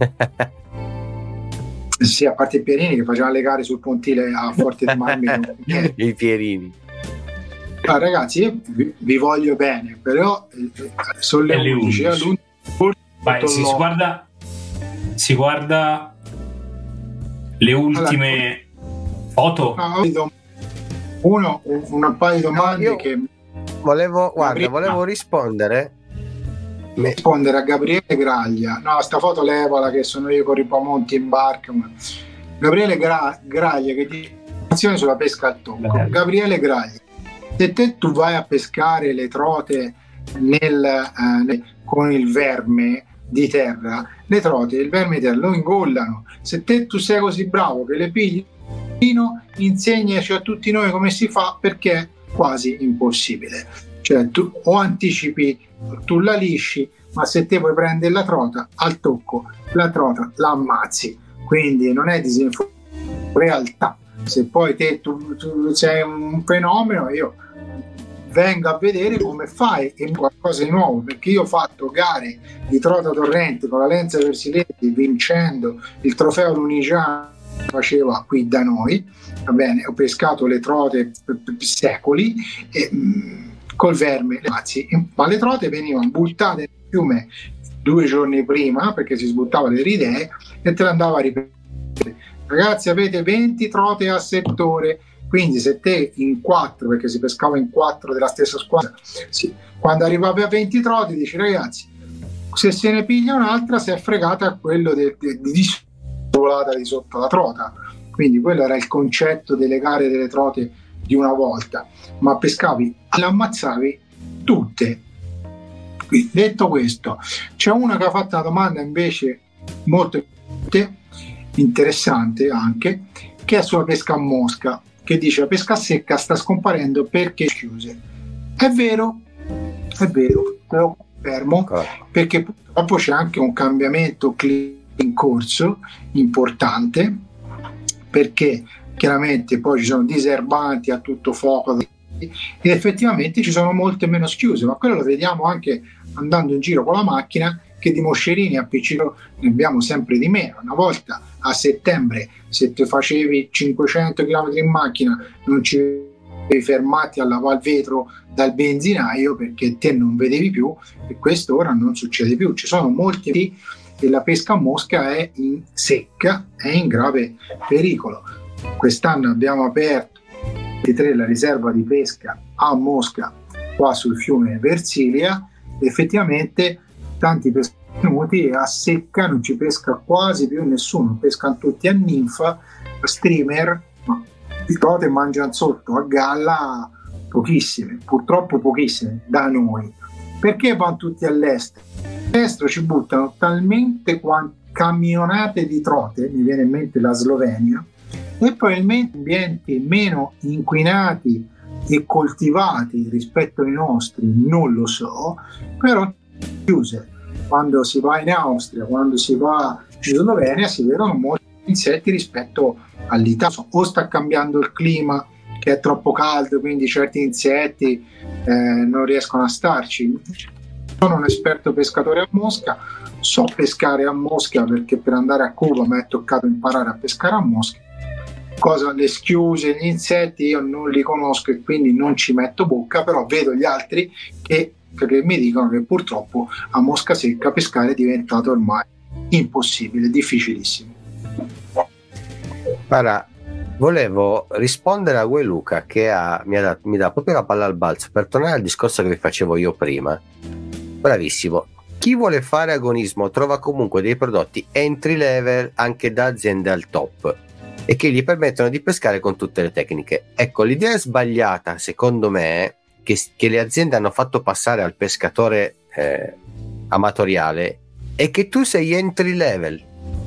Sì, a parte i Pierini che facevano le gare sul pontile a Forte di Marmino. I Pierini. Ah, ragazzi, io vi, vi voglio bene, però eh, sono le undici. Vai, si, si guarda si guarda le ultime allora, foto. No, uno, un paio di domande no, che volevo, guarda, volevo rispondere rispondere a Gabriele Graglia. No, sta foto levala, che sono io con i Ripamonti in barca. Gabriele Gra- Graglia che dice sulla pesca al tocco. Beh. Gabriele Graglia, se te tu vai a pescare le trote nel, eh, nel, con il verme di terra, le trote, il verme di terra lo ingollano. Se te tu sei così bravo che le pigli, insegnaci a tutti noi come si fa, perché è quasi impossibile. Cioè tu o anticipi, tu la lisci, ma se te puoi prendere la trota al tocco, la trota la ammazzi. Quindi non è disinformazione, realtà. Se poi te tu, tu sei un fenomeno, io vengo a vedere come fai, e qualcosa di nuovo, perché io ho fatto gare di trota torrente con la Lenza Versiletti, vincendo il trofeo Lunigiano che faceva qui da noi, va bene, ho pescato le trote per, per secoli e mh, col verme, le mazzi, ma le trote venivano buttate nel fiume due giorni prima, perché si sbuttava le ridee e te le andava a ripetere. Ragazzi, avete venti trote a settore, quindi se te in quattro, perché si pescava in quattro della stessa squadra, sì, quando arrivavi a venti trote dici ragazzi, se se ne piglia un'altra si è fregata a quello di de, de, di volata di sotto la trota. Quindi quello era il concetto delle gare delle trote di una volta, ma pescavi, le ammazzavi tutte. Quindi, detto questo, c'è una che ha fatto una domanda invece molto interessante anche, che è sulla pesca a mosca, che dice la pesca secca sta scomparendo perché chiuse. È vero, è vero, te lo confermo, perché purtroppo c'è anche un cambiamento in corso importante, perché chiaramente poi ci sono diserbanti a tutto fuoco ed effettivamente ci sono molte meno schiuse, ma quello lo vediamo anche andando in giro con la macchina, che di moscerini a Piccolo ne abbiamo sempre di meno. Una volta a settembre, se ti facevi cinquecento chilometri in macchina, non ci avevi fermati a lavare il vetro dal benzinaio perché te non vedevi più, e questo ora non succede più. Ci sono molti, e la pesca a mosca è in secca, è in grave pericolo. Quest'anno abbiamo aperto la riserva di pesca a mosca qua sul fiume Versilia, effettivamente tanti pescatori a secca non ci pesca quasi più nessuno, pescano tutti a ninfa, a streamer, ma di trote mangiano sotto, a galla pochissime, purtroppo pochissime da noi. Perché vanno tutti all'estero? All'estero ci buttano talmente quant- camionate di trote, mi viene in mente la Slovenia, e probabilmente ambienti meno inquinati e coltivati rispetto ai nostri, non lo so, però chiuse. Quando si va in Austria, quando si va in Slovenia, si vedono molti insetti rispetto all'Italia. O sta cambiando il clima, che è troppo caldo, quindi certi insetti eh, non riescono a starci. Sono un esperto pescatore a mosca, so pescare a mosca perché per andare a Cuba mi è toccato imparare a pescare a mosca. Cosa, le schiuse, gli insetti io non li conosco e quindi non ci metto bocca, però vedo gli altri che, che mi dicono che purtroppo a mosca secca pescare è diventato ormai impossibile, difficilissimo. Guarda, volevo rispondere a Ue Luca che ha, mi, ha dato, mi dà proprio la palla al balzo per tornare al discorso che vi facevo io prima. Bravissimo. Chi vuole fare agonismo trova comunque dei prodotti entry level anche da aziende al top e che gli permettono di pescare con tutte le tecniche. Ecco, l'idea sbagliata secondo me che, che le aziende hanno fatto passare al pescatore eh, amatoriale è che tu sei entry level,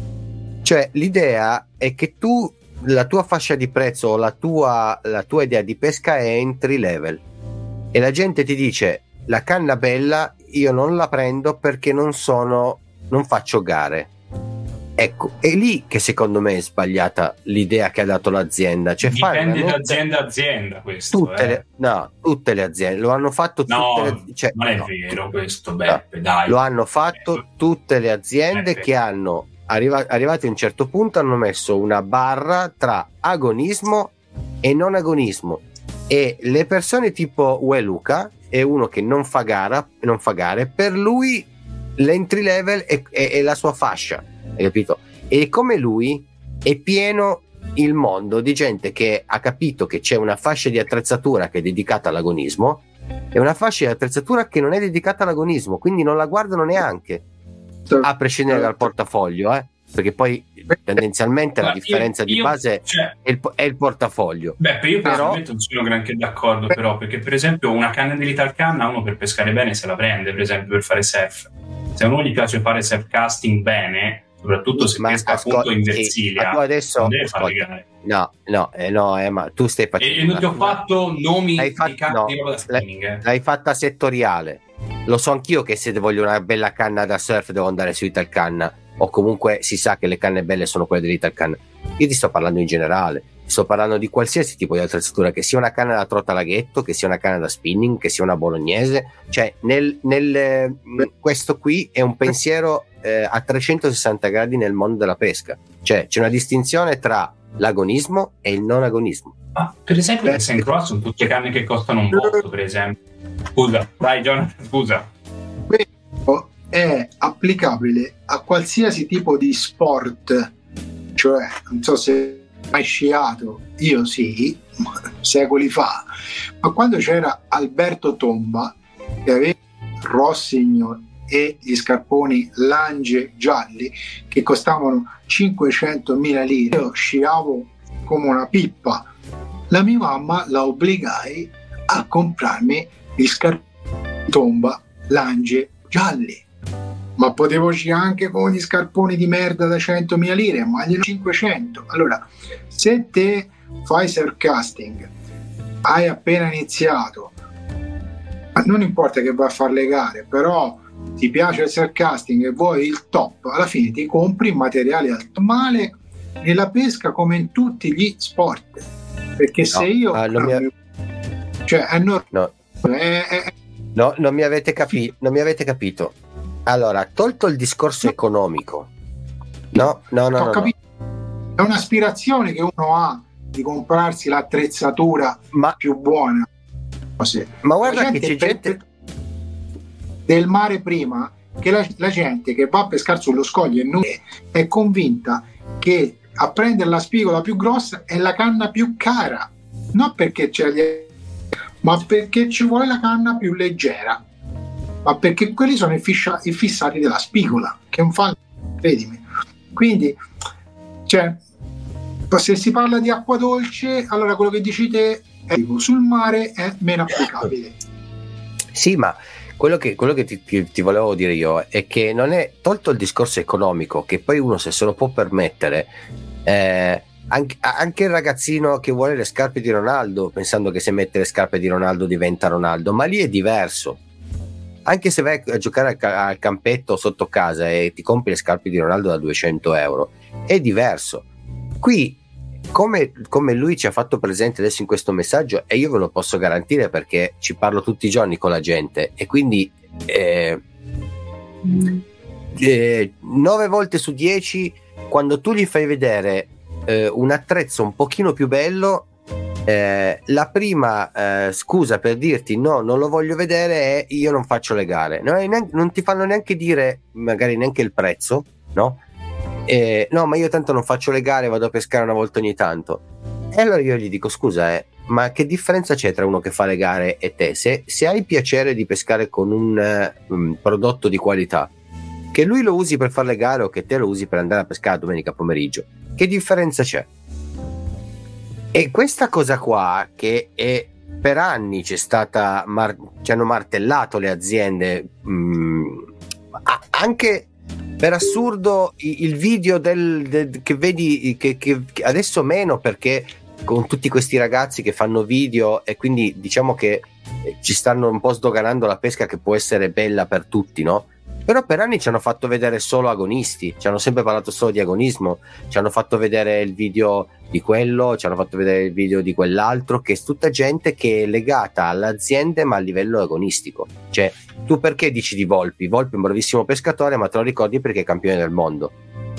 cioè l'idea è che tu, la tua fascia di prezzo o la tua, la tua idea di pesca è entry level e la gente ti dice la canna bella io non la prendo perché non sono, non faccio gare. Ecco, è lì che secondo me è sbagliata l'idea che ha dato l'azienda. Cioè dipende da azienda a azienda questo. Tutte eh. le, no, tutte le aziende lo hanno fatto. Tutte no, le, cioè, non è no, vero questo, Beppe, no, dai. Lo hanno fatto Beppe. Tutte le aziende Beppe. Che hanno, arriva, arrivati a un certo punto, hanno messo una barra tra agonismo e non agonismo. E le persone tipo Ue Luca è uno che non fa gara, non fa gare, per lui l'entry level è, è, è la sua fascia, hai capito? E come lui è pieno il mondo di gente che ha capito che c'è una fascia di attrezzatura che è dedicata all'agonismo e una fascia di attrezzatura che non è dedicata all'agonismo, quindi non la guardano neanche, a prescindere dal portafoglio, eh? Perché poi tendenzialmente la differenza io, io, di base cioè, è, il, è il portafoglio. Beh, io però personalmente non sono granché d'accordo, però, perché per esempio una canna di Little Canna uno per pescare bene se la prende, per esempio per fare surf. Se a uno gli piace fare surf casting bene, soprattutto se ma pesca ascol- appunto in Versilia, tu adesso non deve fare ascolta, le gare. No, no, eh, no, eh, ma tu stai facendo. E, e non ti ho fatto nomi hai fatto, di canne no, di roba da spinning. L'hai, eh. l'hai fatta settoriale. Lo so anch'io che se voglio una bella canna da surf devo andare su Italcanna, o comunque si sa che le canne belle sono quelle dell'Italcanna. Io ti sto parlando in generale, ti sto parlando di qualsiasi tipo di attrezzatura, che sia una canna da trota laghetto, che sia una canna da spinning, che sia una bolognese. Cioè nel, nel questo qui è un pensiero eh, a trecentosessanta gradi nel mondo della pesca. Cioè c'è una distinzione tra l'agonismo e il non agonismo. Ah, per esempio le Saint Croix sono tutte canne che costano un botto, per esempio. Scusa, dai Jonathan, scusa. Questo è applicabile a qualsiasi tipo di sport, cioè non so se hai mai sciato, io sì, secoli fa, ma quando c'era Alberto Tomba che aveva Rossignol e gli scarponi Lange gialli che costavano cinquecentomila lire, io sciavo come una pippa. La mia mamma la obbligai a comprarmi gli scarponi Tomba Lange gialli, ma potevo sciare anche con gli scarponi di merda da centomila lire, ma glielo cinquecento. Allora, se te fai surfcasting, hai appena iniziato, non importa che vai a fare le gare, però ti piace il surfcasting e vuoi il top, alla fine ti compri materiali alto male nella pesca come in tutti gli sport, perché no, se io ah, non mi... cioè è normale. No. È, è... no, non mi avete capito, non mi avete capito. Allora, tolto il discorso economico, no, no, no, Ho no, capito. No. È un'aspirazione che uno ha di comprarsi l'attrezzatura ma... più buona. Sì. Ma guarda che c'è gente del mare prima, che la, la gente che va a pescare sullo scoglio e non è, è convinta che a prendere la spigola più grossa è la canna più cara, non perché c'è gli... ma perché ci vuole la canna più leggera. ma perché quelli sono i, fiscia- i fissati della spigola, che non fanno, credimi. Quindi, cioè, se si parla di acqua dolce, allora quello che dici te è, sul mare è meno applicabile. Sì, ma quello che, quello che ti, ti, ti volevo dire io è che non è, tolto il discorso economico, che poi uno se se lo può permettere, eh, anche, anche il ragazzino che vuole le scarpe di Ronaldo, pensando che se mette le scarpe di Ronaldo diventa Ronaldo, ma lì è diverso. Anche se vai a giocare al, al campetto sotto casa e ti compri le scarpe di Ronaldo da duecento euro, è diverso. Qui, come, come lui ci ha fatto presente adesso in questo messaggio, e io ve lo posso garantire perché ci parlo tutti i giorni con la gente, e quindi eh, eh, nove volte su dieci, quando tu gli fai vedere eh, un attrezzo un pochino più bello, Eh, la prima eh, scusa per dirti no, non lo voglio vedere è io non faccio le gare. Non, neanche, non ti fanno neanche dire magari neanche il prezzo, no? Eh, no, ma io tanto non faccio le gare, vado a pescare una volta ogni tanto. E allora io gli dico scusa, eh, ma che differenza c'è tra uno che fa le gare e te? Se, se hai piacere di pescare con un um, prodotto di qualità, che lui lo usi per fare le gare o che te lo usi per andare a pescare domenica pomeriggio, che differenza c'è? E questa cosa qua, che è, per anni c'è stata mar- ci hanno martellato le aziende, mh, anche per assurdo il video del, del, che vedi che, che adesso meno, perché con tutti questi ragazzi che fanno video, e quindi diciamo che ci stanno un po' sdoganando la pesca, che può essere bella per tutti, no? Però per anni ci hanno fatto vedere solo agonisti, ci hanno sempre parlato solo di agonismo, ci hanno fatto vedere il video di quello, ci hanno fatto vedere il video di quell'altro, che è tutta gente che è legata all'azienda ma a livello agonistico. Cioè, tu perché dici di Volpi? Volpi è un bravissimo pescatore, ma te lo ricordi perché è campione del mondo.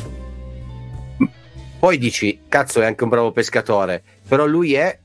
Poi dici, cazzo, è anche un bravo pescatore, però lui è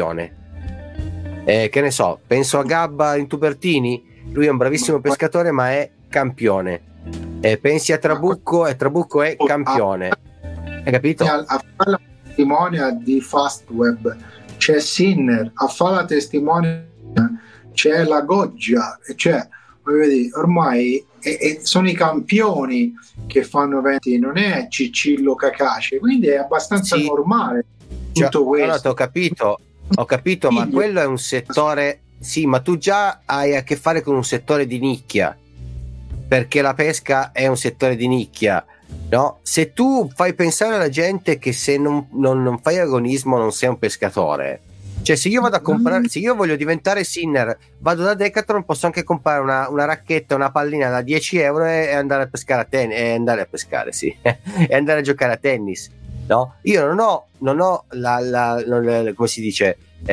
campione. Eh, che ne so, penso a Gabba in Tubertini, lui è un bravissimo pescatore ma è campione. Eh, pensi a Trabucco e Trabucco è campione. Hai capito? A, a fare la testimonia di Fastweb c'è Sinner, a fare la testimonia c'è la Goggia, cioè vedi, ormai e, e sono i campioni che fanno venti, non è Cicillo Cacace, quindi è abbastanza sì, normale tutto cioè, questo. No, no, ho capito, ho capito, ma quello è un settore, sì, ma tu già hai a che fare con un settore di nicchia, perché la pesca è un settore di nicchia, no? Se tu fai pensare alla gente che se non, non, non fai agonismo non sei un pescatore, cioè se io vado a comprare, se io voglio diventare Sinner, vado da Decathlon, posso anche comprare una, una racchetta, una pallina da dieci euro e, e andare a pescare a tennis, e andare a pescare, sì, e andare a giocare a tennis, no? Io non ho, non ho la, la, la come si dice,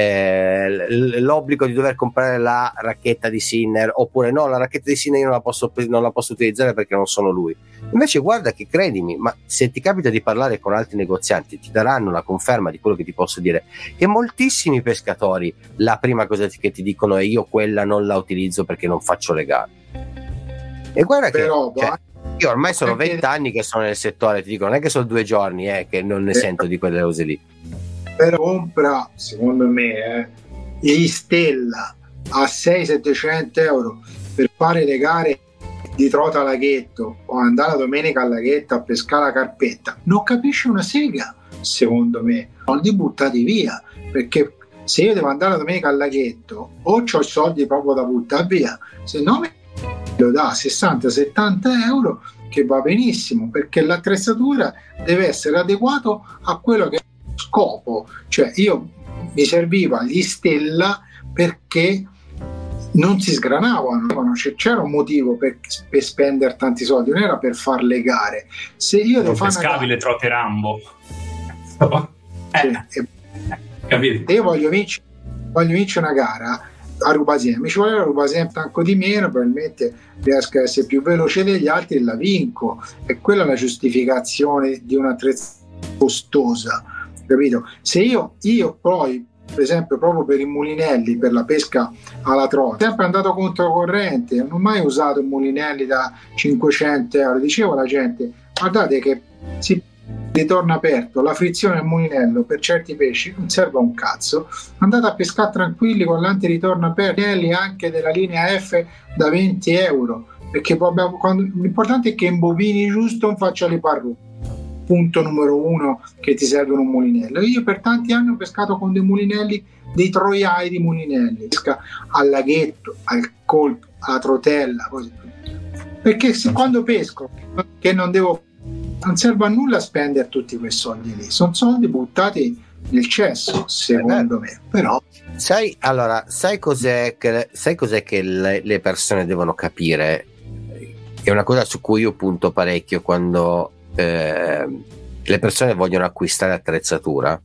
eh, l'obbligo di dover comprare la racchetta di Sinner, oppure no, la racchetta di Sinner io non la posso, non la posso utilizzare perché non sono lui. Invece guarda che, credimi, ma se ti capita di parlare con altri negozianti ti daranno la conferma di quello che ti posso dire, che moltissimi pescatori la prima cosa che ti dicono è io quella non la utilizzo perché non faccio le gare. E guarda però, che cioè, io ormai sono vent'anni che sono nel settore, ti dico, non è che sono due giorni eh, che non ne eh, sento di quelle cose lì. Però compra, secondo me, eh, gli Stella a sei settecento euro per fare le gare di trota a laghetto o andare la domenica al laghetto a pescare la carpetta, non capisce una sega, secondo me. Soldi buttati via, perché se io devo andare la domenica al laghetto o ho soldi proprio da buttare via, se no me lo dà sessanta settanta euro, che va benissimo, perché l'attrezzatura deve essere adeguato a quello che scopo. Cioè io mi serviva gli Stella perché non si sgranavano, c'era un motivo per, per spendere tanti soldi, non era per fare le gare. Se io devo fare pescabile trote Rambo, sì, eh, io voglio vincere voglio vincere una gara a Rubasien, mi ci vuole la Rubasien tanto di meno, probabilmente riesco a essere più veloce degli altri e la vinco, e quella è la giustificazione di un'attrezzatura costosa, capito? Se io, io poi per esempio proprio per i mulinelli per la pesca alla trota sempre andato controcorrente, non ho mai usato mulinelli da cinquecento euro, dicevo alla gente guardate che si ritorno aperto, la frizione al mulinello per certi pesci non serve a un cazzo, andate a pescare tranquilli con l'antiritorno aperto, anche della linea F da venti euro, perché poi abbiamo, quando, l'importante è che imbobini giusto, non faccia le parrucche. Punto numero uno, che ti servono un mulinello. Io per tanti anni ho pescato con dei mulinelli, dei troiai di mulinelli, pesca al laghetto, al colpo, alla trotella, così. Perché se quando pesco, che non devo, non serve a nulla spendere tutti quei soldi lì, sono soldi buttati nel cesso, secondo me. Però sai, allora, sai cos'è che, sai cos'è che le, le persone devono capire? È una cosa su cui io punto parecchio quando eh, le persone vogliono acquistare attrezzatura,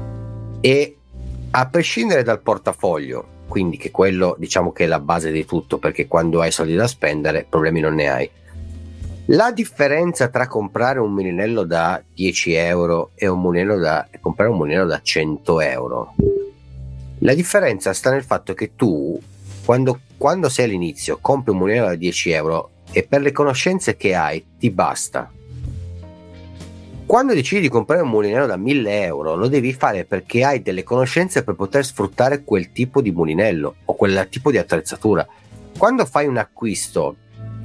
e a prescindere dal portafoglio, quindi che quello diciamo che è la base di tutto, perché quando hai soldi da spendere problemi non ne hai. La differenza tra comprare un mulinello da dieci euro e un mulinello da e comprare un mulinello da cento euro, la differenza sta nel fatto che tu quando, quando sei all'inizio compri un mulinello da dieci euro e per le conoscenze che hai ti basta. Quando decidi di comprare un mulinello da mille euro lo devi fare perché hai delle conoscenze per poter sfruttare quel tipo di mulinello o quel tipo di attrezzatura. Quando fai un acquisto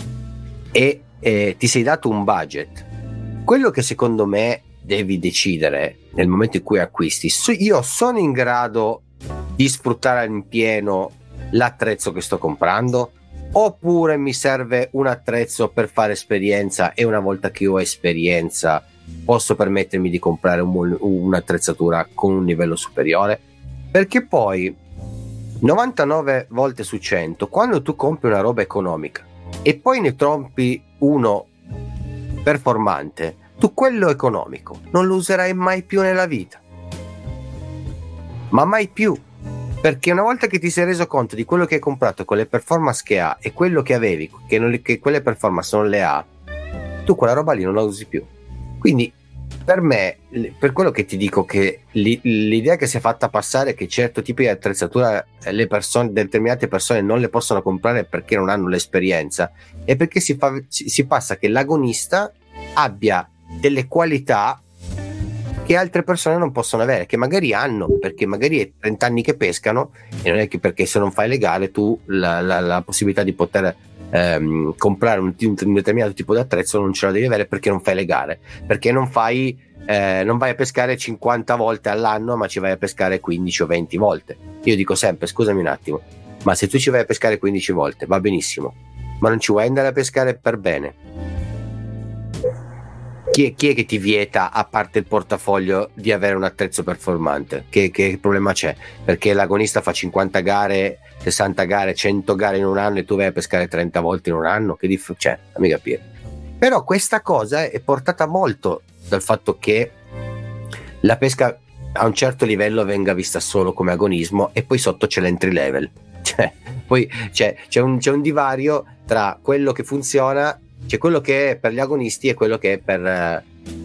e eh, ti sei dato un budget, quello che secondo me devi decidere nel momento in cui acquisti, io sono in grado di sfruttare in pieno l'attrezzo che sto comprando, oppure mi serve un attrezzo per fare esperienza e una volta che ho esperienza posso permettermi di comprare un, un'attrezzatura con un livello superiore? Perché poi novantanove volte su cento quando tu compri una roba economica e poi ne trovi uno performante, tu quello economico non lo userai mai più nella vita, ma mai più, perché una volta che ti sei reso conto di quello che hai comprato con le performance che ha e quello che avevi che, non, che quelle performance non le ha, tu quella roba lì non la usi più. Quindi per me, per quello che ti dico che l'idea che si è fatta passare che certo tipi di attrezzatura le persone, determinate persone non le possono comprare perché non hanno l'esperienza, è perché si, fa, si passa che l'agonista abbia delle qualità che altre persone non possono avere, che magari hanno, perché magari è trenta anni che pescano e non è che perché se non fai legale tu la, la, la possibilità di poter ehm, comprare un, un determinato tipo di attrezzo non ce la devi avere perché non fai legale, perché non fai eh, non vai a pescare cinquanta volte all'anno ma ci vai a pescare quindici o venti volte. Io dico sempre, scusami un attimo, ma se tu ci vai a pescare quindici volte va benissimo, ma non ci vuoi andare a pescare per bene? Chi è, chi è che ti vieta, a parte il portafoglio, di avere un attrezzo performante? Che, che problema c'è? Perché l'agonista fa cinquanta gare, sessanta gare, cento gare in un anno e tu vai a pescare trenta volte in un anno? Che dif- c'è? Fammi capire. Però questa cosa è portata molto dal fatto che la pesca a un certo livello venga vista solo come agonismo e poi sotto c'è l'entry level. Cioè, poi c'è, c'è, un, c'è un divario tra quello che funziona, c'è quello che è per gli agonisti e quello che è per, eh,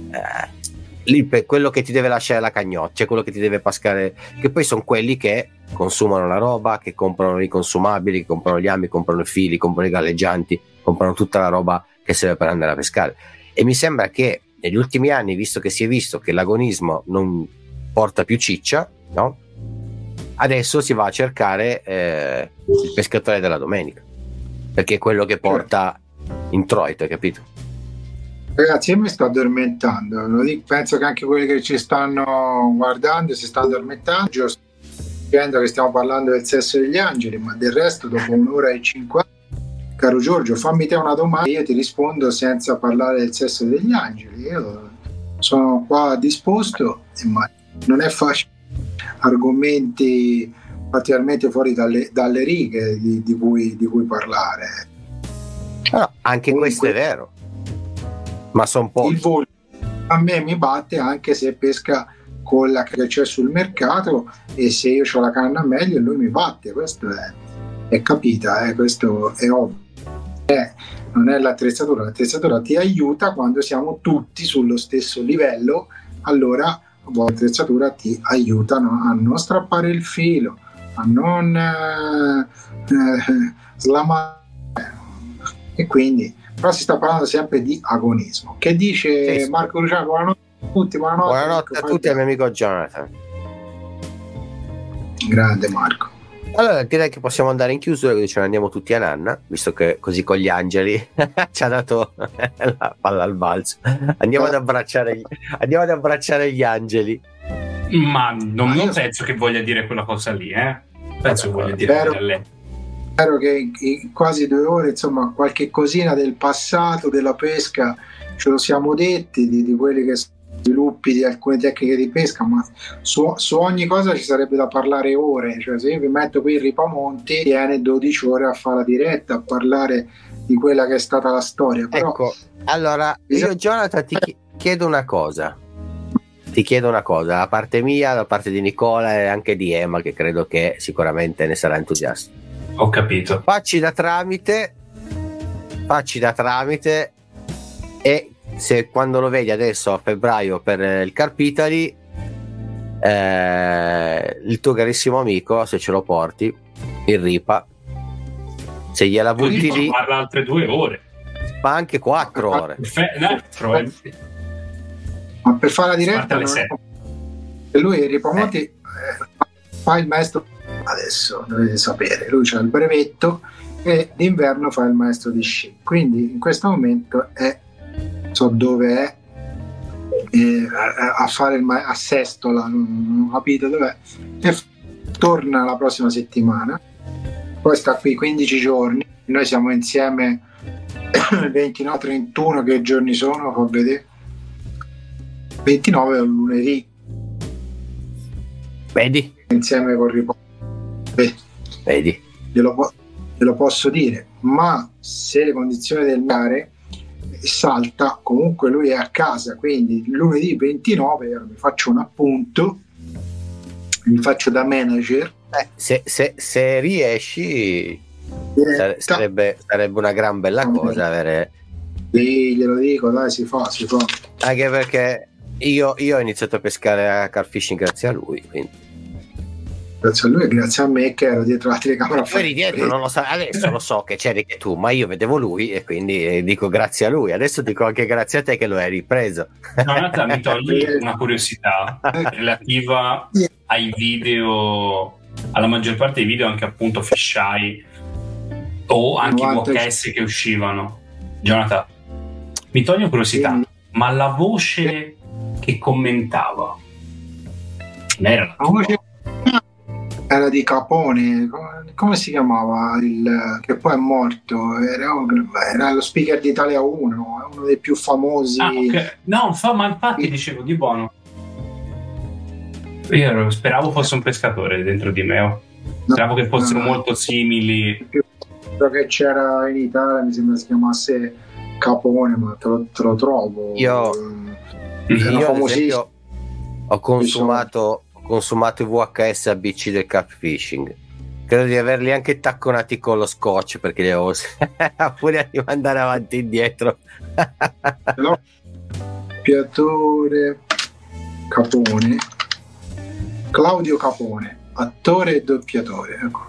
lì, per quello che ti deve lasciare la cagnotta, c'è quello che ti deve pescare, che poi sono quelli che consumano la roba, che comprano i consumabili, che comprano gli ami, comprano i fili, comprano i galleggianti, comprano tutta la roba che serve per andare a pescare. E mi sembra che negli ultimi anni, visto che si è visto che l'agonismo non porta più ciccia, no? Adesso si va a cercare eh, il pescatore della domenica, perché è quello che porta introito, hai capito? Ragazzi, io mi sto addormentando, lo dico, penso che anche quelli che ci stanno guardando si stanno addormentando. Io sto dicendo che stiamo parlando del sesso degli angeli, ma del resto dopo un'ora e cinquanta, caro Giorgio, fammi te una domanda e io ti rispondo senza parlare del sesso degli angeli. Io sono qua disposto, ma non è facile, argomenti particolarmente fuori dalle, dalle righe di, di, cui, di cui parlare. No, anche comunque, questo è vero, ma sono pochi. Il volo a me mi batte anche se pesca con la che c'è sul mercato, e se io ho la canna meglio lui mi batte, questo è, è capita, eh? Questo è ovvio. Eh, non è l'attrezzatura, l'attrezzatura ti aiuta quando siamo tutti sullo stesso livello, allora l'attrezzatura ti aiuta, no? A non strappare il filo, a non eh, eh, slamare. E quindi, però si sta parlando sempre di agonismo. Che dice sì, sì. Marco Luciano? Tutti, buonanotte. Buonanotte a tutti al mio amico Jonathan. Grande Marco. Allora direi che possiamo andare in chiusura, quindi ce ne andiamo tutti a nanna, visto che così con gli angeli ci ha dato la palla al balzo. Andiamo ad abbracciare gli, andiamo ad abbracciare gli angeli. Ma non, non penso che voglia dire quella cosa lì, eh? Penso che voglia dire spero, a lei. Spero che in quasi due ore, insomma, qualche cosina del passato della pesca ce lo siamo detti, di, di quelli che sviluppi di alcune tecniche di pesca, ma su, su ogni cosa ci sarebbe da parlare ore. Cioè, se io vi metto qui il Ripamonti, viene dodici ore a fare la diretta, a parlare di quella che è stata la storia. Però, ecco, allora io Jonathan ti chiedo una cosa. Ti chiedo una cosa, da parte mia, da parte di Nicola e anche di Emma, che credo che sicuramente ne sarà entusiasta. Ho capito. Facci da tramite, facci da tramite e se quando lo vedi adesso a febbraio per il Carpitali, eh, il tuo carissimo amico, se ce lo porti, il Ripa, se gliela butti lì, parla altre due ore, ma anche quattro ore. Probabilmente. Ma per fare la diretta non è... lui il Ripamonti eh. eh, fa il maestro adesso, dovete sapere, lui c'ha il brevetto e d'inverno fa il maestro di sci, quindi in questo momento è so dove è eh, a, a fare il ma- a Sestola, non, non ho capito dov'è, e f- torna la prossima settimana, poi sta qui quindici giorni, noi siamo insieme ventinove trentuno, che giorni sono, fa vedere, ventinove è un lunedì, vedi? Insieme con riposo, vedi? Vedi? Glielo, po- glielo posso dire, ma se le condizioni del mare salta, comunque lui è a casa, quindi lunedì ventinove mi faccio un appunto, mi faccio da manager. Eh, se, se, se riesci sare- sarebbe, sarebbe una gran bella cosa avere. Sì, glielo dico, dai, si fa, si fa. Anche perché io, io ho iniziato a pescare a carfishing grazie a lui, quindi. Grazie a lui e grazie a me che ero dietro la telecamera. Tu eri dietro, non lo so, adesso lo so che c'eri che tu, ma io vedevo lui e quindi eh, dico grazie a lui. Adesso dico anche grazie a te che lo hai ripreso. Jonathan, mi togli una curiosità relativa ai video, alla maggior parte dei video anche appunto fisheye o anche i W H S che uscivano. Jonathan, mi togli una curiosità, sì. Ma la voce che commentava non era la tua? voce era di Capone, come si chiamava il che poi è morto, era, era lo speaker di Italia uno, uno dei più famosi. Ah, okay. No, fa, ma infatti dicevo di buono, io speravo fosse un pescatore dentro di me, oh. Speravo no, che fossero no, molto simili. Quello che c'era in Italia mi sembra si chiamasse Capone, ma te lo, te lo trovo. Io, io ad esempio, ho consumato consumato i V H S A B C del catfishing, credo di averli anche tacconati con lo scotch perché li avevo a furia di mandare avanti e indietro. No. Doppiatore Capone, Claudio Capone, attore e doppiatore, ecco.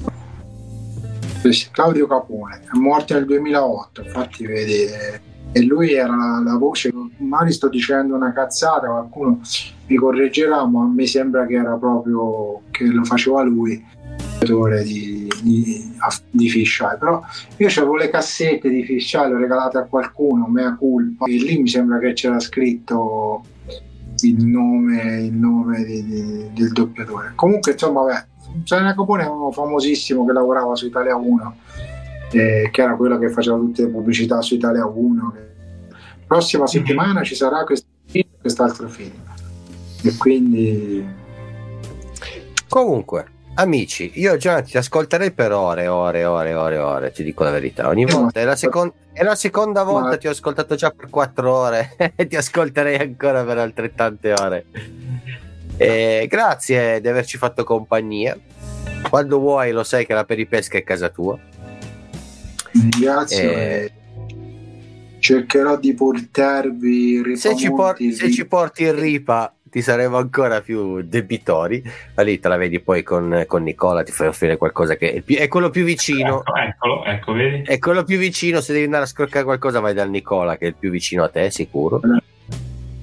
Claudio Capone è morto nel duemilaotto, infatti vedi, e lui era la, la voce, ma sto dicendo una cazzata, qualcuno mi correggerà, ma mi sembra che era proprio che lo faceva lui, di, di, di fisheye. Però io avevo le cassette di fisheye, le ho regalate a qualcuno, mea culpa, e lì mi sembra che c'era scritto il nome, il nome di, di, del doppiatore. Comunque insomma, vabbè, Gianni Capone è uno famosissimo che lavorava su Italia uno, eh, che era quello che faceva tutte le pubblicità su Italia uno. Prossima settimana mm-hmm. ci sarà questo film, quest'altro film, e quindi comunque amici, io già ti ascolterei per ore ore ore ore ore, ti dico la verità, ogni eh, volta è la, second- è la seconda volta ma... ti ho ascoltato già per quattro ore e ti ascolterei ancora per altrettante ore. E grazie di averci fatto compagnia, quando vuoi lo sai che la peripesca è casa tua. Grazie. E... cercherò di portarvi se ci, porti, se ci porti il Ripa ti saremo ancora più debitori. Lì te la vedi poi con, con Nicola, ti fai offrire qualcosa che è, più, è quello più vicino, ecco, eccolo, ecco, vedi? È quello più vicino. Se devi andare a scroccare qualcosa vai dal Nicola che è il più vicino a te, sicuro.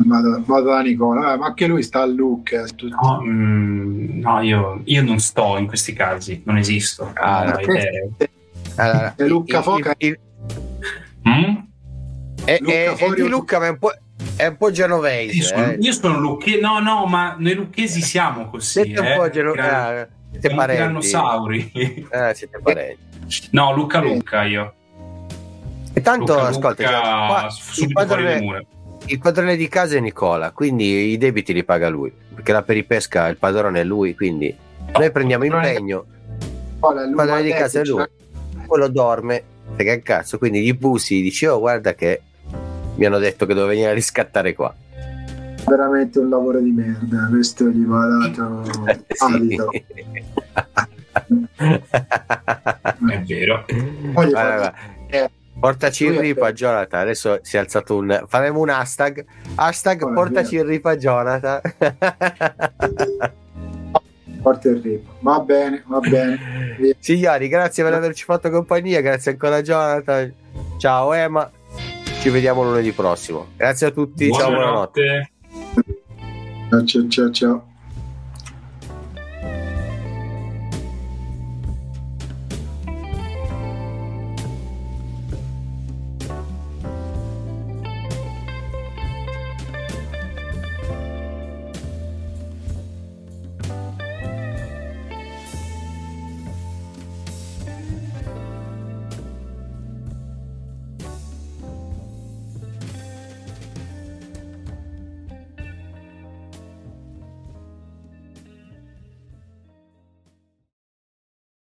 vado, vado da Nicola, eh, ma anche lui sta a Lucca. No, mm, no io, io non sto in questi casi, non esisto. Ah, non ho perché- idee. Allora, E Lucca il- Foca il- il- Mm? è, Lucca è- è Forio- di Lucca, ma è un po', è un po' genovese. Io sono, eh. io sono lucchese, no, no, ma noi lucchesi siamo così. Siete un eh. po' geno- Tiran- ah, siete siamo parenti. tirannosauri. Eh, siete parenti. No, Lucca Lucca io. E tanto, Lucca, ascolta, Lucca, qua il, subito fuori le padrone, mura. il padrone di casa è Nicola, quindi i debiti li paga lui, perché la peripesca il padrone è lui, quindi noi prendiamo impegno, Nicola, il padrone di casa è lui, quello dorme, frega il cazzo, quindi gli busi, dici oh guarda che mi hanno detto che dovevo venire a riscattare qua. veramente un lavoro di merda, questo gli va dato Sì. adito. È vero. Poi gli Vai, fa- vai. eh, Portaci Lui in è- ripa Jonathan, adesso si è alzato un faremo un hashtag hashtag Oh, è portaci in ripa Jonathan. porta il rip. Va bene, va bene. Via. Signori, grazie per averci fatto compagnia, grazie ancora a Jonathan, ciao Emma, ci vediamo lunedì prossimo, grazie a tutti, ciao, buonanotte. Buonanotte. Ciao ciao ciao.